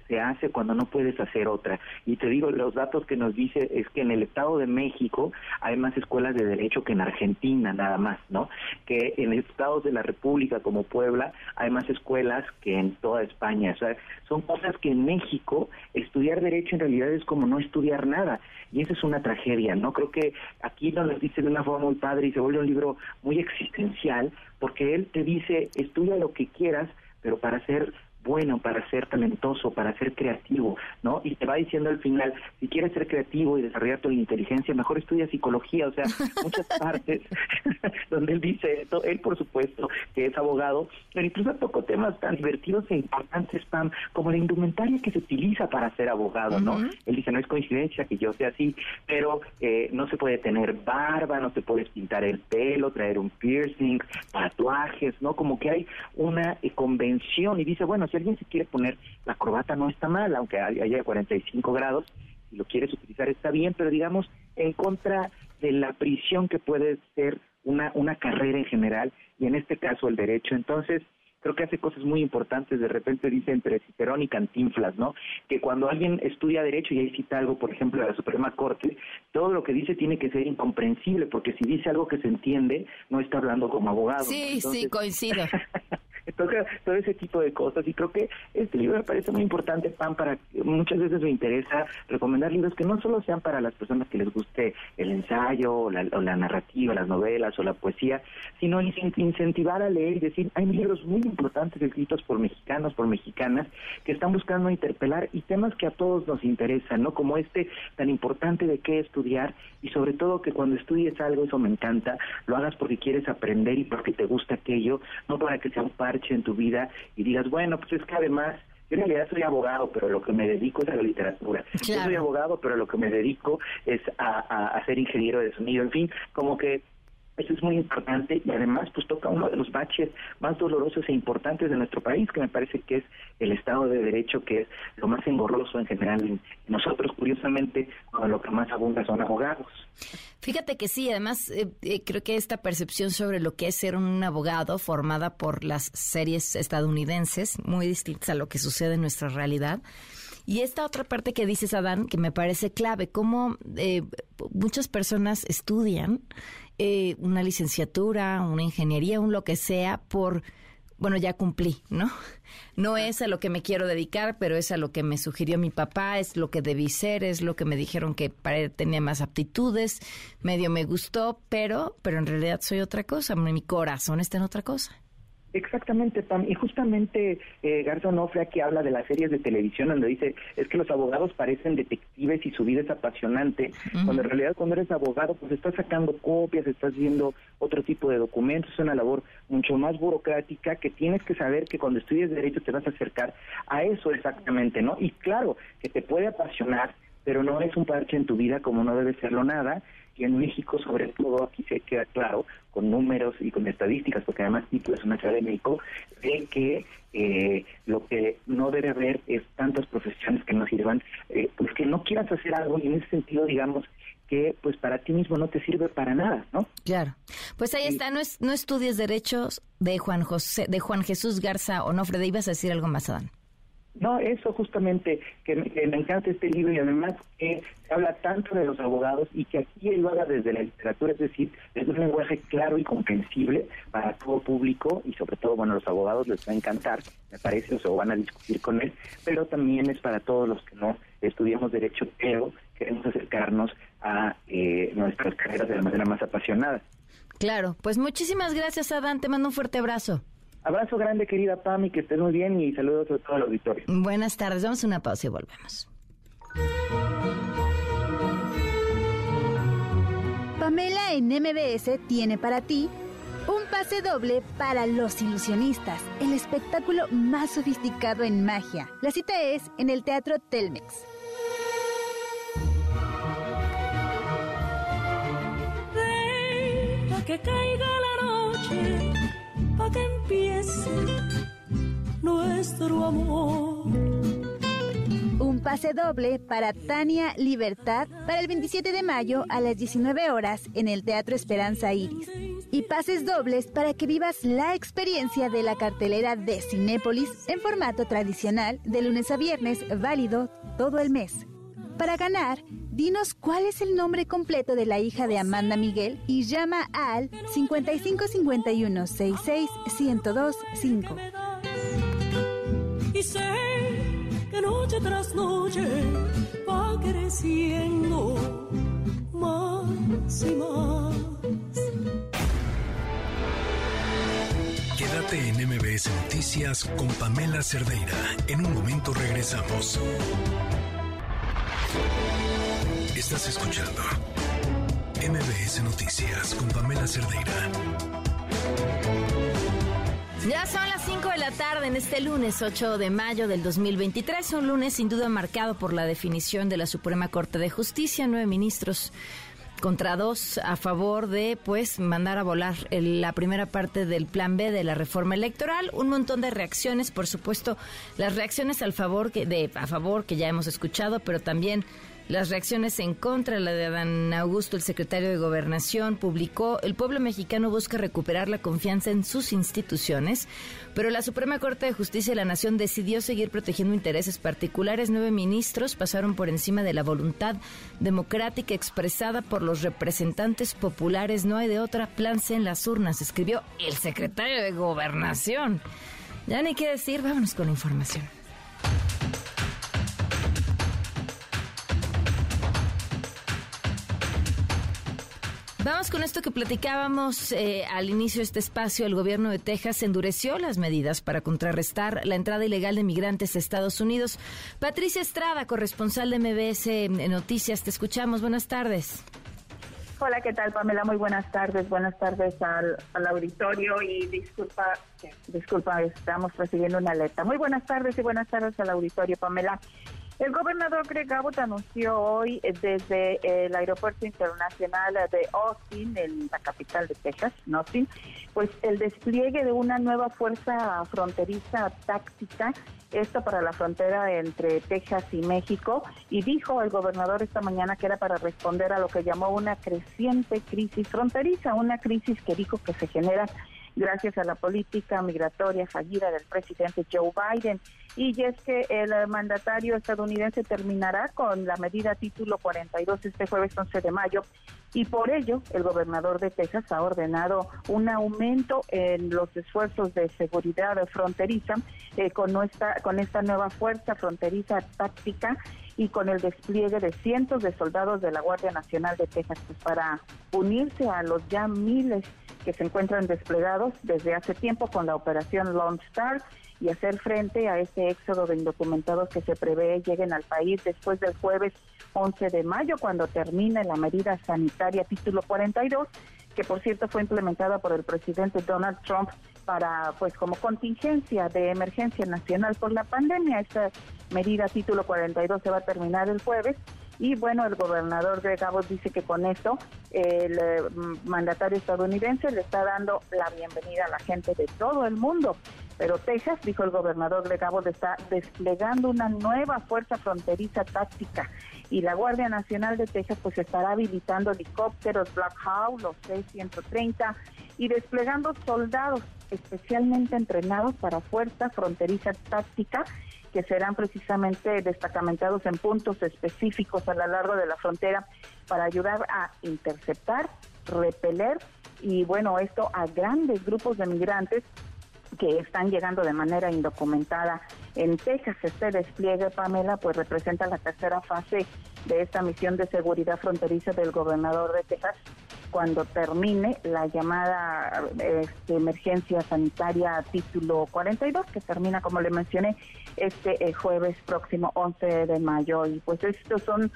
se hace cuando no puedes hacer otra. Y te digo, los datos que nos dice es que en el Estado de México hay más escuelas de derecho que en Argentina nada más, ¿no? Que en estados de la República como Puebla hay más escuelas que en toda España. O sea, son cosas que en México estudiar derecho en realidad es como no estudiar nada. Y eso es una tragedia, ¿no? Creo que aquí nos lo dice de una forma muy padre y se vuelve un libro muy existencial, porque él te dice, estudia lo que quieras, pero para ser bueno, para ser talentoso, para ser creativo, ¿no? Y te va diciendo al final, si quieres ser creativo y desarrollar tu inteligencia, mejor estudia psicología. O sea, muchas partes donde él dice esto. Él, por supuesto, que es abogado, pero incluso tocó temas tan divertidos e importantes, Pam, como la indumentaria que se utiliza para ser abogado, ¿no? Él dice, no es coincidencia que yo sea así, pero no se puede tener barba, no se puede pintar el pelo, traer un piercing, tatuajes, ¿no? Como que hay una convención, y dice, bueno, si alguien se quiere poner la corbata no está mal, aunque haya 45 grados, si lo quieres utilizar está bien, pero digamos, en contra de la prisión que puede ser una carrera en general, y en este caso el derecho. Entonces, creo que hace cosas muy importantes. De repente dice entre Cicerón y Cantinflas, ¿no? Que cuando alguien estudia derecho, y ahí cita algo, por ejemplo, de la Suprema Corte, todo lo que dice tiene que ser incomprensible, porque si dice algo que se entiende, no está hablando como abogado. Sí, entonces, sí, coincido. Entonces, todo ese tipo de cosas, y creo que este libro me parece muy importante, Pam, para que muchas veces me interesa recomendar libros que no solo sean para las personas que les guste el ensayo, o la narrativa, las novelas, o la poesía, sino incentivar a leer y decir, hay libros muy importantes escritos por mexicanos, por mexicanas, que están buscando interpelar, y temas que a todos nos interesan, ¿no? Como este tan importante de qué estudiar, y sobre todo que cuando estudies algo, eso me encanta, lo hagas porque quieres aprender y porque te gusta aquello, no para que sea un parche en tu vida y digas, bueno, pues es que además yo en realidad soy abogado, pero lo que me dedico es a la literatura. Claro. Yo soy abogado, pero lo que me dedico es a ser ingeniero de sonido. En fin, como que eso es muy importante, y además pues toca uno de los baches más dolorosos e importantes de nuestro país, que me parece que es el Estado de Derecho, que es lo más engorroso en general en nosotros, curiosamente, cuando lo que más abunda son abogados. Fíjate que sí, además creo que esta percepción sobre lo que es ser un abogado, formada por las series estadounidenses, muy distintas a lo que sucede en nuestra realidad. Y esta otra parte que dices, Adán, que me parece clave, cómo muchas personas estudian una licenciatura, una ingeniería, un lo que sea, bueno, ya cumplí, ¿no? No es a lo que me quiero dedicar, pero es a lo que me sugirió mi papá, es lo que debí ser, es lo que me dijeron que para él tenía más aptitudes, medio me gustó, pero en realidad soy otra cosa, mi corazón está en otra cosa. Exactamente, Pam, y justamente Garza Onofre aquí habla de las series de televisión, donde dice, es que los abogados parecen detectives y su vida es apasionante, cuando en realidad cuando eres abogado pues estás sacando copias, estás viendo otro tipo de documentos, es una labor mucho más burocrática, que tienes que saber que cuando estudies derecho te vas a acercar a eso exactamente, ¿no? Y claro, que te puede apasionar, pero no es un parche en tu vida, como no debe serlo nada. Y en México, sobre todo, aquí se queda claro, con números y con estadísticas, porque además Tito es un académico, de que lo que no debe haber es tantas profesiones que no sirvan, pues que no quieras hacer algo, y en ese sentido, digamos, que pues para ti mismo no te sirve para nada, ¿no? Claro. Pues ahí está, no estudies derechos, de Juan Jesús Garza Onofre. ¿Ibas a decir algo más, Adán? No, eso justamente, que me encanta este libro, y además que se habla tanto de los abogados, y que aquí él lo haga desde la literatura, es decir, desde un lenguaje claro y comprensible para todo público, y sobre todo, bueno, a los abogados les va a encantar, me parece, o van a discutir con él, pero también es para todos los que no estudiamos derecho, pero queremos acercarnos a nuestras carreras de la manera más apasionada. Claro, pues muchísimas gracias, Adán, te mando un fuerte abrazo. Abrazo grande, querida Pam, y que estés muy bien, y saludos a todo el auditorio. Buenas tardes, vamos a una pausa y volvemos. Pamela en MBS tiene para ti un pase doble para Los Ilusionistas, el espectáculo más sofisticado en magia. La cita es en el Teatro Telmex. Deja que caiga la noche, pa' que empiece nuestro amor. Un pase doble para Tania Libertad para el 27 de mayo a las 19 horas en el Teatro Esperanza Iris. Y pases dobles para que vivas la experiencia de la cartelera de Cinépolis en formato tradicional de lunes a viernes, válido todo el mes. Para ganar, dinos cuál es el nombre completo de la hija de Amanda Miguel y llama al 5551 66 1025. Y sé que noche tras noche va creciendo más y más. Quédate en MBS Noticias con Pamela Cerdeira. En un momento regresamos. Estás escuchando MBS Noticias con Pamela Cerdeira. Ya son las 5 de la tarde en este lunes 8 de mayo del 2023. Un lunes sin duda marcado por la definición de la Suprema Corte de Justicia. 9 ministros contra 2 a favor de, mandar a volar la primera parte del plan B de la reforma electoral. Un montón de reacciones, por supuesto, las reacciones a favor que ya hemos escuchado, pero también las reacciones en contra. La de Adán Augusto, el secretario de Gobernación, publicó: el pueblo mexicano busca recuperar la confianza en sus instituciones, pero la Suprema Corte de Justicia de la Nación decidió seguir protegiendo intereses particulares. 9 ministros pasaron por encima de la voluntad democrática expresada por los representantes populares. No hay de otra, plánse en las urnas, escribió el secretario de Gobernación. Ya ni qué decir, vámonos con la información. Vamos con esto que platicábamos al inicio de este espacio. El gobierno de Texas endureció las medidas para contrarrestar la entrada ilegal de migrantes a Estados Unidos. Patricia Estrada, corresponsal de MBS Noticias, te escuchamos. Buenas tardes. Hola, ¿qué tal, Pamela? Muy buenas tardes. Buenas tardes al auditorio y disculpa, estamos recibiendo una alerta. Muy buenas tardes y buenas tardes al auditorio, Pamela. El gobernador Greg Abbott anunció hoy desde el aeropuerto internacional de Austin, en la capital de Texas, Austin, pues el despliegue de una nueva fuerza fronteriza táctica, esto para la frontera entre Texas y México, y dijo el gobernador esta mañana que era para responder a lo que llamó una creciente crisis fronteriza, una crisis que dijo que se genera gracias a la política migratoria fallida del presidente Joe Biden. Y es que el mandatario estadounidense terminará con la medida título 42 este jueves 11 de mayo, y por ello el gobernador de Texas ha ordenado un aumento en los esfuerzos de seguridad fronteriza con esta nueva fuerza fronteriza táctica y con el despliegue de cientos de soldados de la Guardia Nacional de Texas, pues para unirse a los ya miles que se encuentran desplegados desde hace tiempo con la operación Lone Star y hacer frente a este éxodo de indocumentados que se prevé lleguen al país después del jueves 11 de mayo, cuando termine la medida sanitaria título 42, que por cierto fue implementada por el presidente Donald Trump para, como contingencia de emergencia nacional por la pandemia. Esta medida título 42 se va a terminar el jueves. Y bueno, el gobernador Greg Abbott dice que con esto el mandatario estadounidense le está dando la bienvenida a la gente de todo el mundo. Pero Texas, dijo el gobernador Greg Abbott, está desplegando una nueva fuerza fronteriza táctica. Y la Guardia Nacional de Texas pues estará habilitando helicópteros Black Hawk, los C-130, y desplegando soldados especialmente entrenados para fuerza fronteriza táctica, que serán precisamente destacamentados en puntos específicos a lo largo de la frontera para ayudar a interceptar, repeler y esto a grandes grupos de migrantes que están llegando de manera indocumentada en Texas. Este despliegue, Pamela, pues representa la tercera fase de esta misión de seguridad fronteriza del gobernador de Texas, cuando termine la llamada emergencia sanitaria título 42, que termina, como le mencioné, este jueves próximo 11 de mayo. Y pues estos son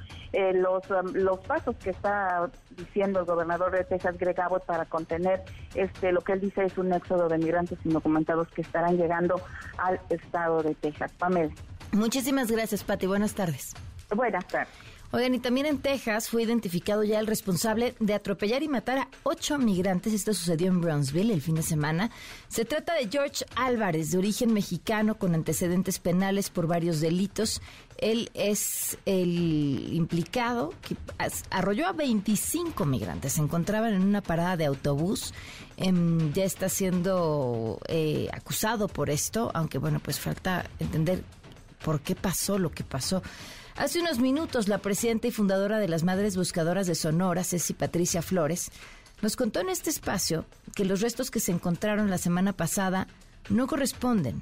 los pasos que está diciendo el gobernador de Texas, Greg Abbott, para contener lo que él dice es un éxodo de migrantes indocumentados que estarán llegando al estado de Texas. Pamela. Muchísimas gracias, Pati. Buenas tardes. Buenas tardes. Oigan, y también en Texas fue identificado ya el responsable de atropellar y matar a 8 migrantes. Esto sucedió en Brownsville el fin de semana. Se trata de George Álvarez, de origen mexicano, con antecedentes penales por varios delitos. Él es el implicado que arrolló a 25 migrantes. Se encontraban en una parada de autobús. Ya está siendo acusado por esto, aunque bueno, pues falta entender por qué pasó lo que pasó. Hace unos minutos, la presidenta y fundadora de las Madres Buscadoras de Sonora, Ceci Patricia Flores, nos contó en este espacio que los restos que se encontraron la semana pasada no corresponden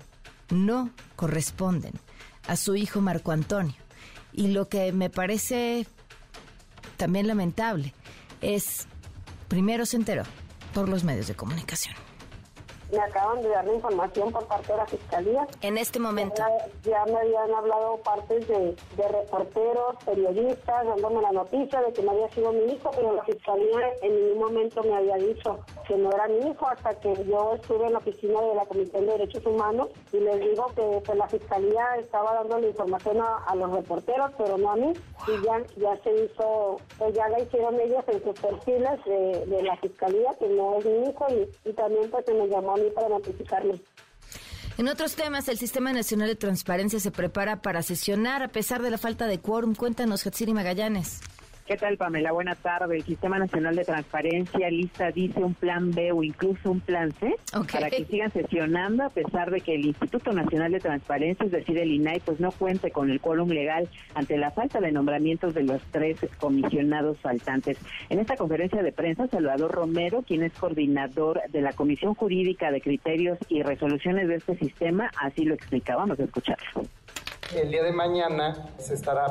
a su hijo Marco Antonio. Y lo que me parece también lamentable es, primero se enteró por los medios de comunicación. Me acaban de dar la información por parte de la Fiscalía. En este momento. Ya me habían hablado partes de reporteros, periodistas, dándome la noticia de que no había sido mi hijo, pero la Fiscalía en ningún momento me había dicho que no era mi hijo, hasta que yo estuve en la oficina de la Comisión de Derechos Humanos y les digo que pues, la Fiscalía estaba dando la información a los reporteros, pero no a mí, y ya se hizo, pues ya la hicieron ellos en sus perfiles de la Fiscalía, que no es mi hijo, y también pues se me llamó a mí para notificarme. En otros temas, el Sistema Nacional de Transparencia se prepara para sesionar a pesar de la falta de quórum. Cuéntanos, Hatsiri Magallanes. ¿Qué tal, Pamela? Buena tarde. El Sistema Nacional de Transparencia lista, dice, un plan B o incluso un plan C para que sigan sesionando a pesar de que el Instituto Nacional de Transparencia, es decir, el INAI, pues no cuente con el quórum legal ante la falta de nombramientos de los 3 comisionados faltantes. En esta conferencia de prensa, Salvador Romero, quien es coordinador de la Comisión Jurídica de Criterios y Resoluciones de este sistema, así lo explica. Vamos a escucharlo. El día de mañana se estará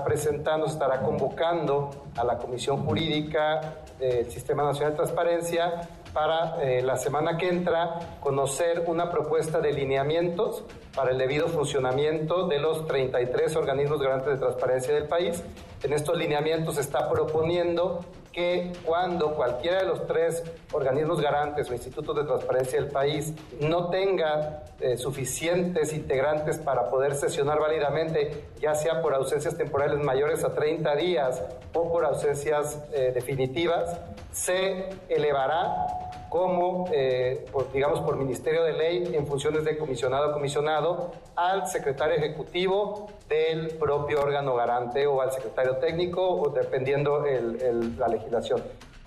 convocando a la Comisión Jurídica del Sistema Nacional de Transparencia para la semana que entra conocer una propuesta de lineamientos para el debido funcionamiento de los 33 organismos garantes de transparencia del país. En estos lineamientos se está proponiendo que cuando cualquiera de los 3 organismos garantes o institutos de transparencia del país no tenga suficientes integrantes para poder sesionar válidamente, ya sea por ausencias temporales mayores a 30 días o por ausencias definitivas, se elevará como, por Ministerio de Ley, en funciones de comisionado a comisionado, al secretario ejecutivo del propio órgano garante o al secretario técnico, o dependiendo la legislación.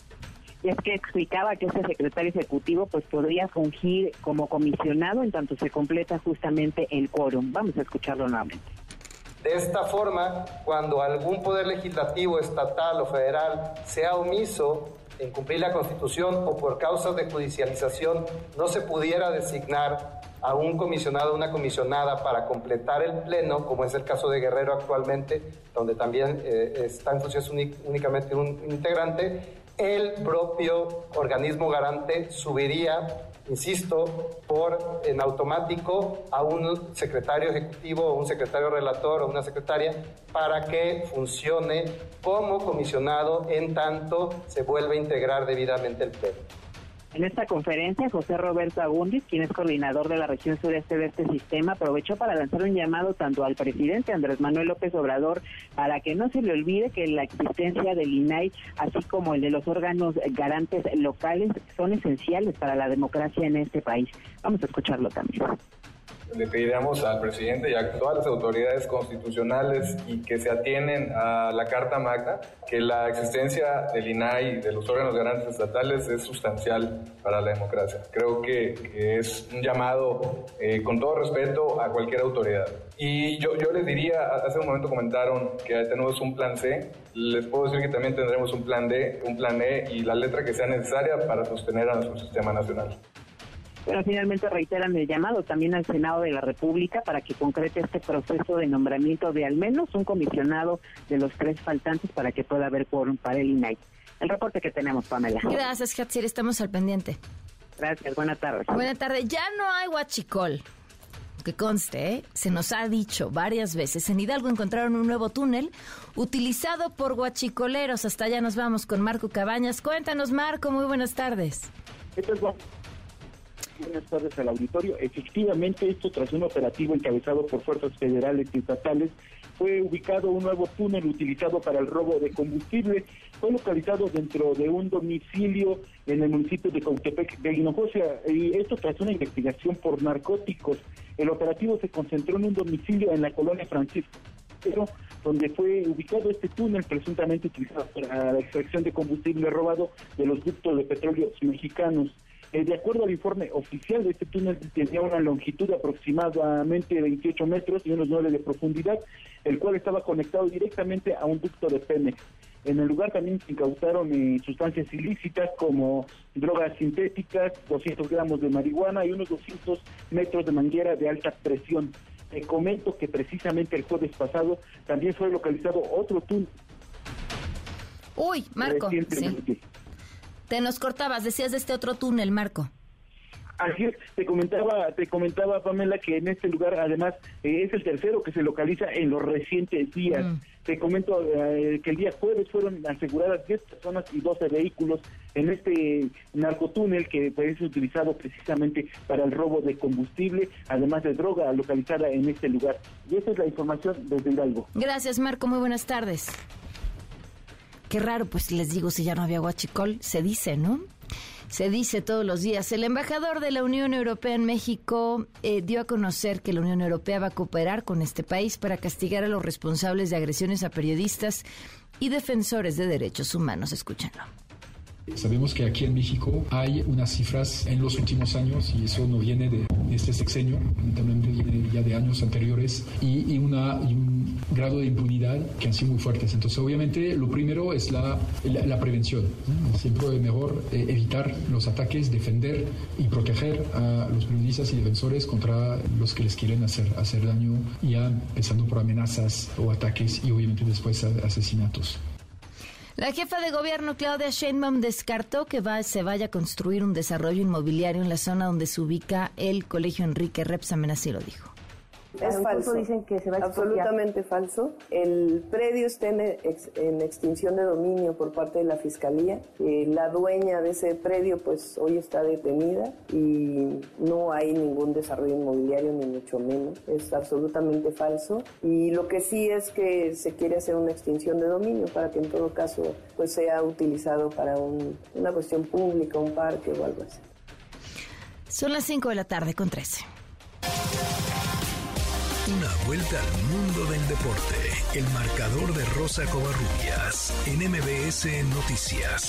Y es que explicaba que ese secretario ejecutivo pues podría fungir como comisionado en tanto se completa justamente el quórum. Vamos a escucharlo nuevamente. De esta forma, cuando algún poder legislativo, estatal o federal sea omiso en cumplir la Constitución o por causas de judicialización no se pudiera designar a un comisionado o una comisionada para completar el pleno, como es el caso de Guerrero actualmente, donde también está en funciones únicamente un integrante, el propio organismo garante subiría, insisto, en automático a un secretario ejecutivo o un secretario relator o una secretaria para que funcione como comisionado en tanto se vuelve a integrar debidamente el pleno. En esta conferencia, José Roberto Agúndez, quien es coordinador de la región sureste de este sistema, aprovechó para lanzar un llamado tanto al presidente Andrés Manuel López Obrador para que no se le olvide que la existencia del INAI, así como el de los órganos garantes locales, son esenciales para la democracia en este país. Vamos a escucharlo también. Le pediremos al presidente y a todas las autoridades constitucionales y que se atienen a la Carta Magna que la existencia del INAI y de los órganos garantes estatales es sustancial para la democracia. Creo que es un llamado, con todo respeto, a cualquier autoridad. Y yo les diría, hace un momento comentaron que tenemos un plan C, les puedo decir que también tendremos un plan D, un plan E y la letra que sea necesaria para sostener a nuestro sistema nacional. Pero finalmente reiteran el llamado también al Senado de la República para que concrete este proceso de nombramiento de al menos un comisionado de los 3 faltantes para que pueda haber quórum para el INAI. El reporte que tenemos, Pamela. Gracias, Hatsiri, estamos al pendiente. Gracias, buena tarde. Buena tarde. Ya no hay huachicol. Que conste, se nos ha dicho varias veces. En Hidalgo encontraron un nuevo túnel utilizado por huachicoleros. Hasta allá nos vamos con Marco Cabañas. Cuéntanos, Marco, muy buenas tardes. Buenas tardes al auditorio. Efectivamente, esto tras un operativo encabezado por fuerzas federales y estatales, fue ubicado un nuevo túnel utilizado para el robo de combustible. Fue localizado dentro de un domicilio en el municipio de Cautepec de Hinojosa, y esto tras una investigación por narcóticos. El operativo se concentró en un domicilio en la colonia Francisco, donde fue ubicado este túnel presuntamente utilizado para la extracción de combustible robado de los ductos de petróleos mexicanos. De acuerdo al informe oficial, de este túnel tenía una longitud de aproximadamente 28 metros y unos 9 de profundidad, el cual estaba conectado directamente a un ducto de Pemex. En el lugar también se incautaron sustancias ilícitas como drogas sintéticas, 200 gramos de marihuana y unos 200 metros de manguera de alta presión. Te comento que precisamente el jueves pasado también fue localizado otro túnel. Uy, Marco, sí. Te nos cortabas, decías de este otro túnel, Marco. Así es, te comentaba Pamela, que en este lugar además es el tercero que se localiza en los recientes días. Te comento que el día jueves fueron aseguradas 10 personas y 12 vehículos en este narcotúnel que es utilizado precisamente para el robo de combustible, además de droga localizada en este lugar. Y esa es la información desde Hidalgo. Gracias, Marco, muy buenas tardes. Qué raro, pues les digo, si ya no había huachicol, se dice, ¿no? Se dice todos los días. El embajador de la Unión Europea en México dio a conocer que la Unión Europea va a cooperar con este país para castigar a los responsables de agresiones a periodistas y defensores de derechos humanos. Escúchenlo. Sabemos que aquí en México hay unas cifras en los últimos años, y eso no viene de este sexenio, lamentablemente viene ya de años anteriores, y un grado de impunidad que han sido muy fuertes. Entonces, obviamente, lo primero es la prevención, ¿no? Siempre es mejor evitar los ataques, defender y proteger a los periodistas y defensores contra los que les quieren hacer daño, ya empezando por amenazas o ataques y obviamente después asesinatos. La jefa de gobierno, Claudia Sheinbaum, descartó que se vaya a construir un desarrollo inmobiliario en la zona donde se ubica el Colegio Enrique Rebsamen, así lo dijo. Es falso, dicen que se va a absolutamente falso. El predio está en extinción de dominio por parte de la Fiscalía. La dueña de ese predio pues hoy está detenida y no hay ningún desarrollo inmobiliario, ni mucho menos. Es absolutamente falso. Y lo que sí es que se quiere hacer una extinción de dominio para que en todo caso pues sea utilizado para una cuestión pública, un parque o algo así. Son las 5:13 p.m. Una vuelta al mundo del deporte. El marcador de Rosa Covarrubias en MBS Noticias.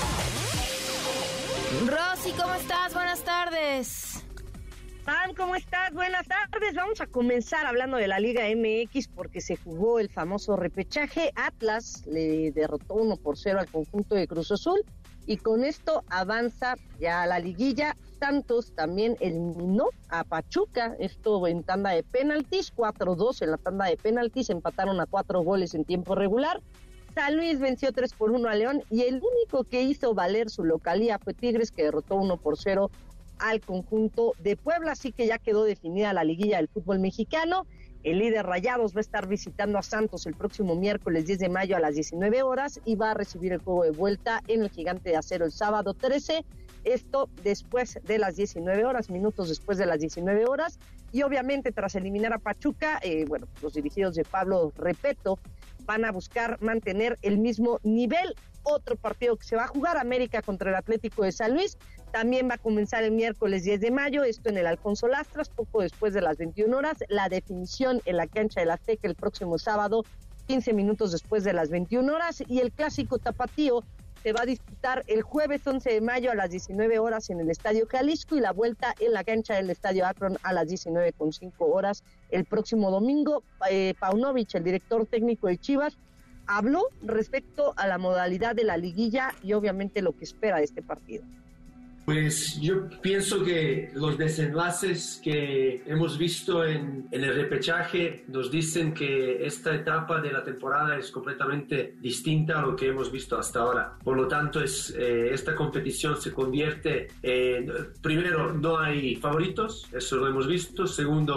Rosy, ¿cómo estás? Buenas tardes. Pam, ¿cómo estás? Buenas tardes. Vamos a comenzar hablando de la Liga MX porque se jugó el famoso repechaje. Atlas le derrotó 1-0 al conjunto de Cruz Azul y con esto avanza ya a la liguilla. Santos también eliminó a Pachuca, esto en tanda de penaltis, 4-2 en la tanda de penaltis, empataron a 4 goles en tiempo regular. San Luis venció 3-1 a León y el único que hizo valer su localía fue Tigres, que derrotó 1-0 al conjunto de Puebla, así que ya quedó definida la liguilla del fútbol mexicano. El líder Rayados va a estar visitando a Santos el próximo miércoles 10 de mayo a las 19 horas y va a recibir el juego de vuelta en el Gigante de Acero el sábado 13. Esto después de las 19 horas, minutos después de las 19 horas. Y obviamente tras eliminar a Pachuca, los dirigidos de Pablo Repeto van a buscar mantener el mismo nivel. Otro partido que se va a jugar, América contra el Atlético de San Luis, también va a comenzar el miércoles 10 de mayo, esto en el Alfonso Lastras, poco después de las 21 horas. La definición en la cancha del Azteca el próximo sábado, 15 minutos después de las 21 horas. Y el clásico tapatío se va a disputar el jueves 11 de mayo a las 19 horas en el Estadio Jalisco y la vuelta en la cancha del Estadio Akron a las 19:05 horas el próximo domingo. Paunovic, el director técnico de Chivas, habló respecto a la modalidad de la liguilla y obviamente lo que espera de este partido. Pues yo pienso que los desenlaces que hemos visto en el repechaje nos dicen que esta etapa de la temporada es completamente distinta a lo que hemos visto hasta ahora. Por lo tanto, esta competición se convierte en, primero, no hay favoritos, eso lo hemos visto. Segundo,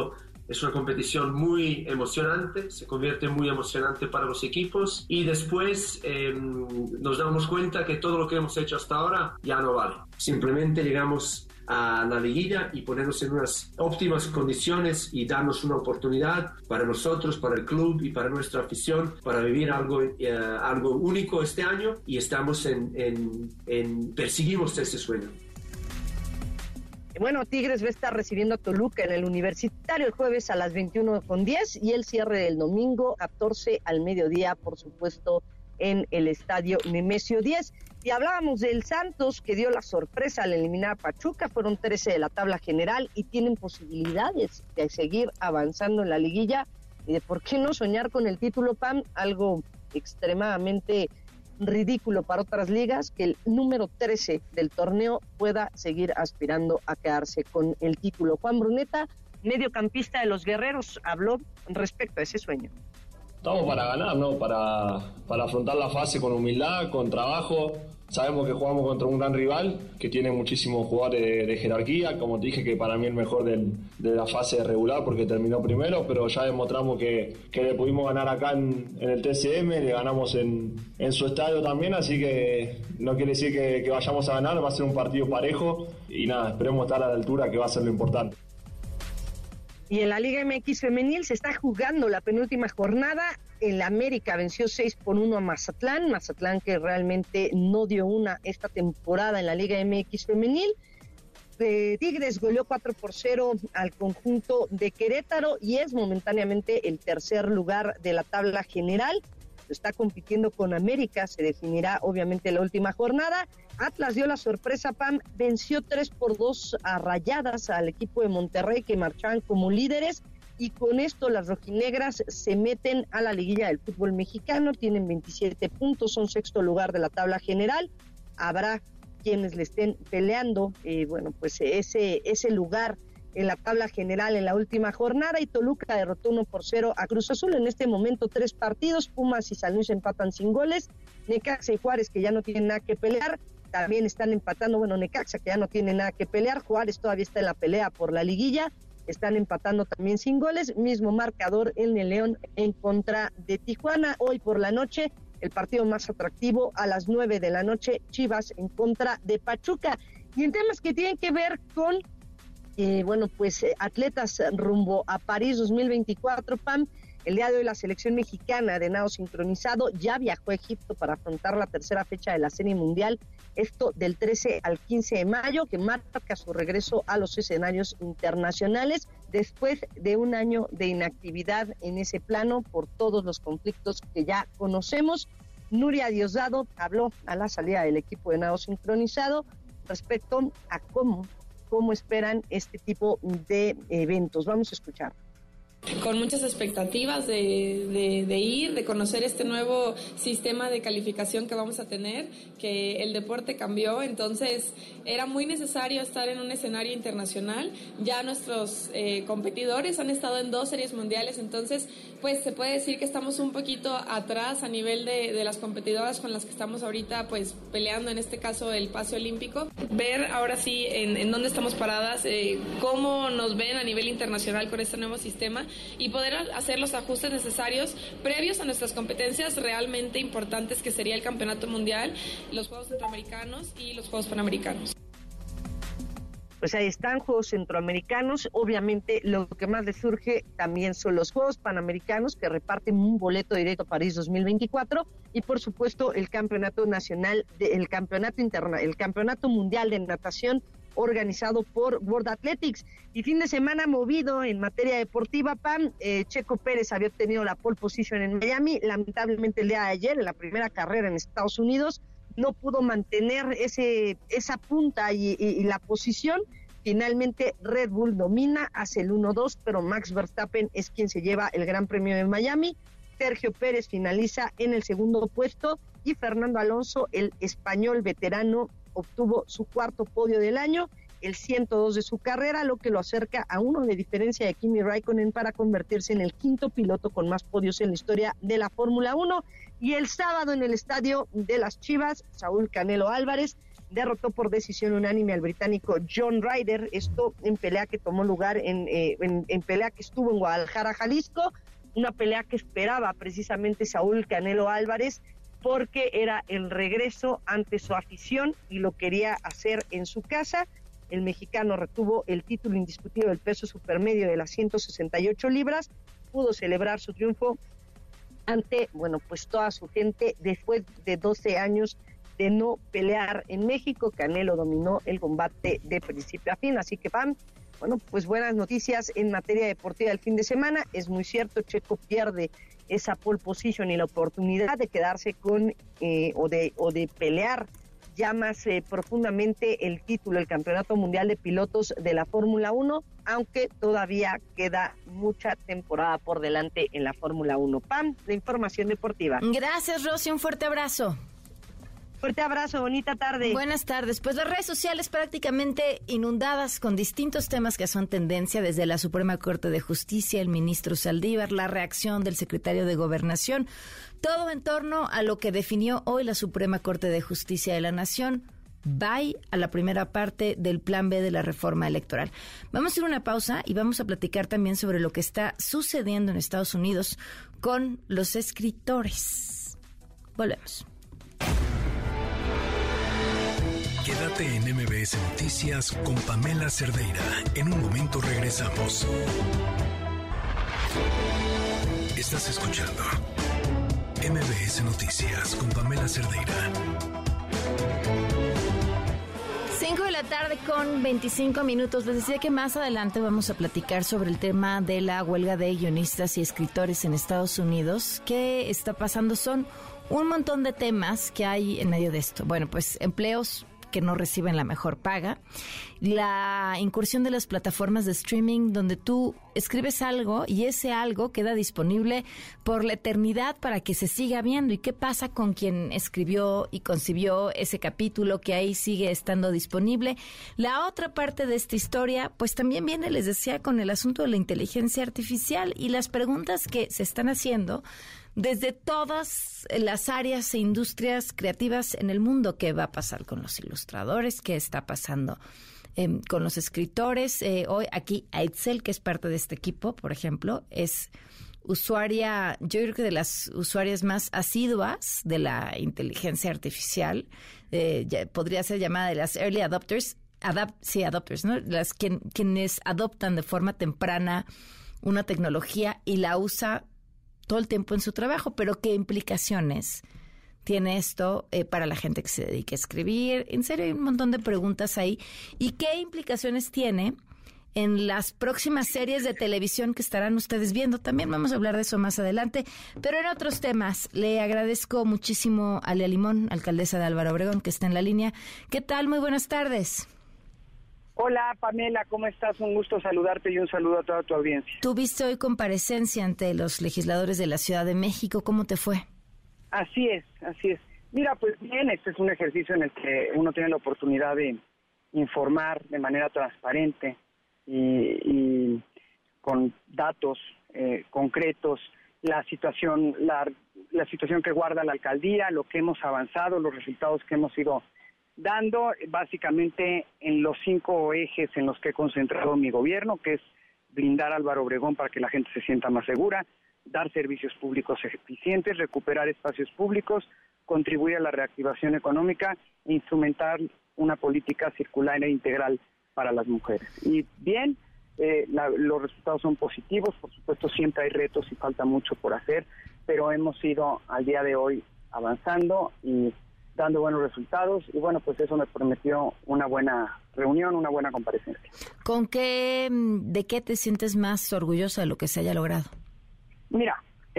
Es una competición muy emocionante, se convierte muy emocionante para los equipos y después nos damos cuenta que todo lo que hemos hecho hasta ahora ya no vale. Simplemente llegamos a la liguilla y ponernos en unas óptimas condiciones y darnos una oportunidad para nosotros, para el club y para nuestra afición, para vivir algo único este año, y estamos perseguimos ese sueño. Bueno, Tigres va a estar recibiendo a Toluca en el Universitario el jueves a las 21:10 y el cierre del domingo 14 al mediodía, por supuesto, en el Estadio Nemesio 10. Y hablábamos del Santos, que dio la sorpresa al eliminar a Pachuca. Fueron 13 de la tabla general y tienen posibilidades de seguir avanzando en la liguilla y de por qué no soñar con el título, Pam, algo extremadamente ridículo para otras ligas, que el número 13 del torneo pueda seguir aspirando a quedarse con el título. Juan Bruneta, mediocampista de los Guerreros, habló respecto a ese sueño. Estamos para ganar, ¿no? Para afrontar la fase con humildad, con trabajo. Sabemos que jugamos contra un gran rival que tiene muchísimos jugadores de jerarquía, como te dije, que para mí el mejor de la fase regular porque terminó primero, pero ya demostramos que le pudimos ganar acá en el TCM, le ganamos en su estadio también, así que no quiere decir que vayamos a ganar, va a ser un partido parejo y nada, esperemos estar a la altura, que va a ser lo importante. Y en la Liga MX femenil se está jugando la penúltima jornada. El América venció 6-1 a Mazatlán. Mazatlán, que realmente no dio una esta temporada en la Liga MX femenil. Tigres goleó 4-0 al conjunto de Querétaro y es momentáneamente el tercer lugar de la tabla general. Está compitiendo con América, se definirá obviamente la última jornada. Atlas dio la sorpresa, Pam, venció 3-2 a Rayadas, al equipo de Monterrey, que marchaban como líderes, y con esto las rojinegras se meten a la liguilla del fútbol mexicano, tienen 27 puntos, son sexto lugar de la tabla general. Habrá quienes le estén peleando, pues ese lugar en la tabla general en la última jornada, y Toluca derrotó 1-0 a Cruz Azul. En este momento 3 partidos, Pumas y San Luis empatan sin goles, Necaxa y Juárez, que ya no tienen nada que pelear, también están empatando. Necaxa, que ya no tiene nada que pelear, Juárez todavía está en la pelea por la liguilla, están empatando también sin goles, mismo marcador en el León en contra de Tijuana. Hoy por la noche, el partido más atractivo a las 9 de la noche, Chivas en contra de Pachuca. Y en temas que tienen que ver con atletas rumbo a París 2024, Pam, el día de hoy la selección mexicana de nado sincronizado ya viajó a Egipto para afrontar la tercera fecha de la Serie Mundial, esto del 13 al 15 de mayo, que marca su regreso a los escenarios internacionales después de un año de inactividad en ese plano por todos los conflictos que ya conocemos. Nuria Diosdado habló a la salida del equipo de nado sincronizado respecto a cómo esperan este tipo de eventos. Vamos a escuchar. Con muchas expectativas de ir, de conocer este nuevo sistema de calificación que vamos a tener, que el deporte cambió, entonces era muy necesario estar en un escenario internacional. Ya nuestros competidores han estado en 2 series mundiales, entonces pues se puede decir que estamos un poquito atrás a nivel de las competidoras con las que estamos ahorita pues peleando, en este caso el pase olímpico. Ver ahora sí en dónde estamos paradas, cómo nos ven a nivel internacional con este nuevo sistema, y poder hacer los ajustes necesarios previos a nuestras competencias realmente importantes, que sería el Campeonato Mundial, los Juegos Centroamericanos y los Juegos Panamericanos. Pues ahí están, Juegos Centroamericanos. Obviamente lo que más les surge también son los Juegos Panamericanos, que reparten un boleto directo a París 2024, y por supuesto el Campeonato Nacional, el Campeonato Mundial de Natación, organizado por World Athletics. Y fin de semana movido en materia deportiva, Pam. Checo Pérez había obtenido la pole position en Miami. Lamentablemente el día de ayer, en la primera carrera en Estados Unidos, no pudo mantener esa punta y la posición. Finalmente Red Bull domina, hace el 1-2, pero Max Verstappen es quien se lleva el Gran Premio de Miami. Sergio Pérez finaliza en el segundo puesto y Fernando Alonso, el español veterano, obtuvo su 4º podio del año, el 102 de su carrera, lo que lo acerca a 1 de diferencia de Kimi Raikkonen para convertirse en el 5º piloto con más podios en la historia de la Fórmula 1. Y el sábado en el estadio de las Chivas, Saúl Canelo Álvarez derrotó por decisión unánime al británico John Ryder, esto en pelea que tomó lugar en pelea que estuvo en Guadalajara, Jalisco, una pelea que esperaba precisamente Saúl Canelo Álvarez, porque era el regreso ante su afición y lo quería hacer en su casa. El mexicano retuvo el título indiscutido del peso supermedio de las 168 libras, pudo celebrar su triunfo ante, pues toda su gente después de 12 años de no pelear en México. Canelo dominó el combate de principio a fin, así que pues buenas noticias en materia deportiva del fin de semana. Es muy cierto, Checo pierde esa pole position y la oportunidad de quedarse con o de pelear ya más profundamente el título, el campeonato mundial de pilotos de la Fórmula 1, aunque todavía queda mucha temporada por delante en la Fórmula 1. Pam, la información deportiva. Gracias, Rosy, un fuerte abrazo. Fuerte abrazo, bonita tarde. Buenas tardes. Pues las redes sociales prácticamente inundadas con distintos temas que son tendencia, desde la Suprema Corte de Justicia, el ministro Saldívar, la reacción del secretario de Gobernación, todo en torno a lo que definió hoy la Suprema Corte de Justicia de la Nación. Bye a la primera parte del Plan B de la reforma electoral. Vamos a ir a una pausa y vamos a platicar también sobre lo que está sucediendo en Estados Unidos con los escritores. Volvemos. Quédate en MBS Noticias con Pamela Cerdeira. En un momento regresamos. Estás escuchando MBS Noticias con Pamela Cerdeira. 5 de la tarde con 25 minutos. Les decía que más adelante vamos a platicar sobre el tema de la huelga de guionistas y escritores en Estados Unidos. ¿Qué está pasando? Son un montón de temas que hay en medio de esto. Bueno, pues empleos que no reciben la mejor paga, la incursión de las plataformas de streaming donde tú escribes algo y ese algo queda disponible por la eternidad para que se siga viendo. ¿Y qué pasa con quien escribió y concibió ese capítulo que ahí sigue estando disponible? La otra parte de esta historia, pues también viene, les decía, con el asunto de la inteligencia artificial y las preguntas que se están haciendo desde todas las áreas e industrias creativas en el mundo. ¿Qué va a pasar con los ilustradores? ¿Qué está pasando con los escritores? Hoy aquí Aitzel, que es parte de este equipo, por ejemplo, es usuaria, yo creo que de las usuarias más asiduas de la inteligencia artificial. Podría ser llamada de las early adopters, adopters, ¿no? Quienes adoptan de forma temprana una tecnología y la usa todo el tiempo en su trabajo. Pero ¿qué implicaciones tiene esto para la gente que se dedica a escribir? En serio, hay un montón de preguntas ahí. ¿Y qué implicaciones tiene en las próximas series de televisión que estarán ustedes viendo? También vamos a hablar de eso más adelante. Pero en otros temas, le agradezco muchísimo a Lea Limón, alcaldesa de Álvaro Obregón, que está en la línea. ¿Qué tal? Muy buenas tardes. Hola, Pamela, ¿cómo estás? Un gusto saludarte y un saludo a toda tu audiencia. Tuviste hoy comparecencia ante los legisladores de la Ciudad de México. ¿Cómo te fue? Así es. Mira, pues bien, este es un ejercicio en el que uno tiene la oportunidad de informar de manera transparente y con datos concretos la situación que guarda la alcaldía, lo que hemos avanzado, los resultados que hemos ido dando, básicamente en los 5 ejes en los que he concentrado mi gobierno, que es blindar Álvaro Obregón para que la gente se sienta más segura, dar servicios públicos eficientes, recuperar espacios públicos, contribuir a la reactivación económica e instrumentar una política circular e integral para las mujeres. Y bien, los resultados son positivos, por supuesto siempre hay retos y falta mucho por hacer, pero hemos ido al día de hoy avanzando y dando buenos resultados, y bueno, pues eso me prometió una buena reunión, una buena comparecencia. ¿De qué te sientes más orgullosa de lo que se haya logrado? Mira,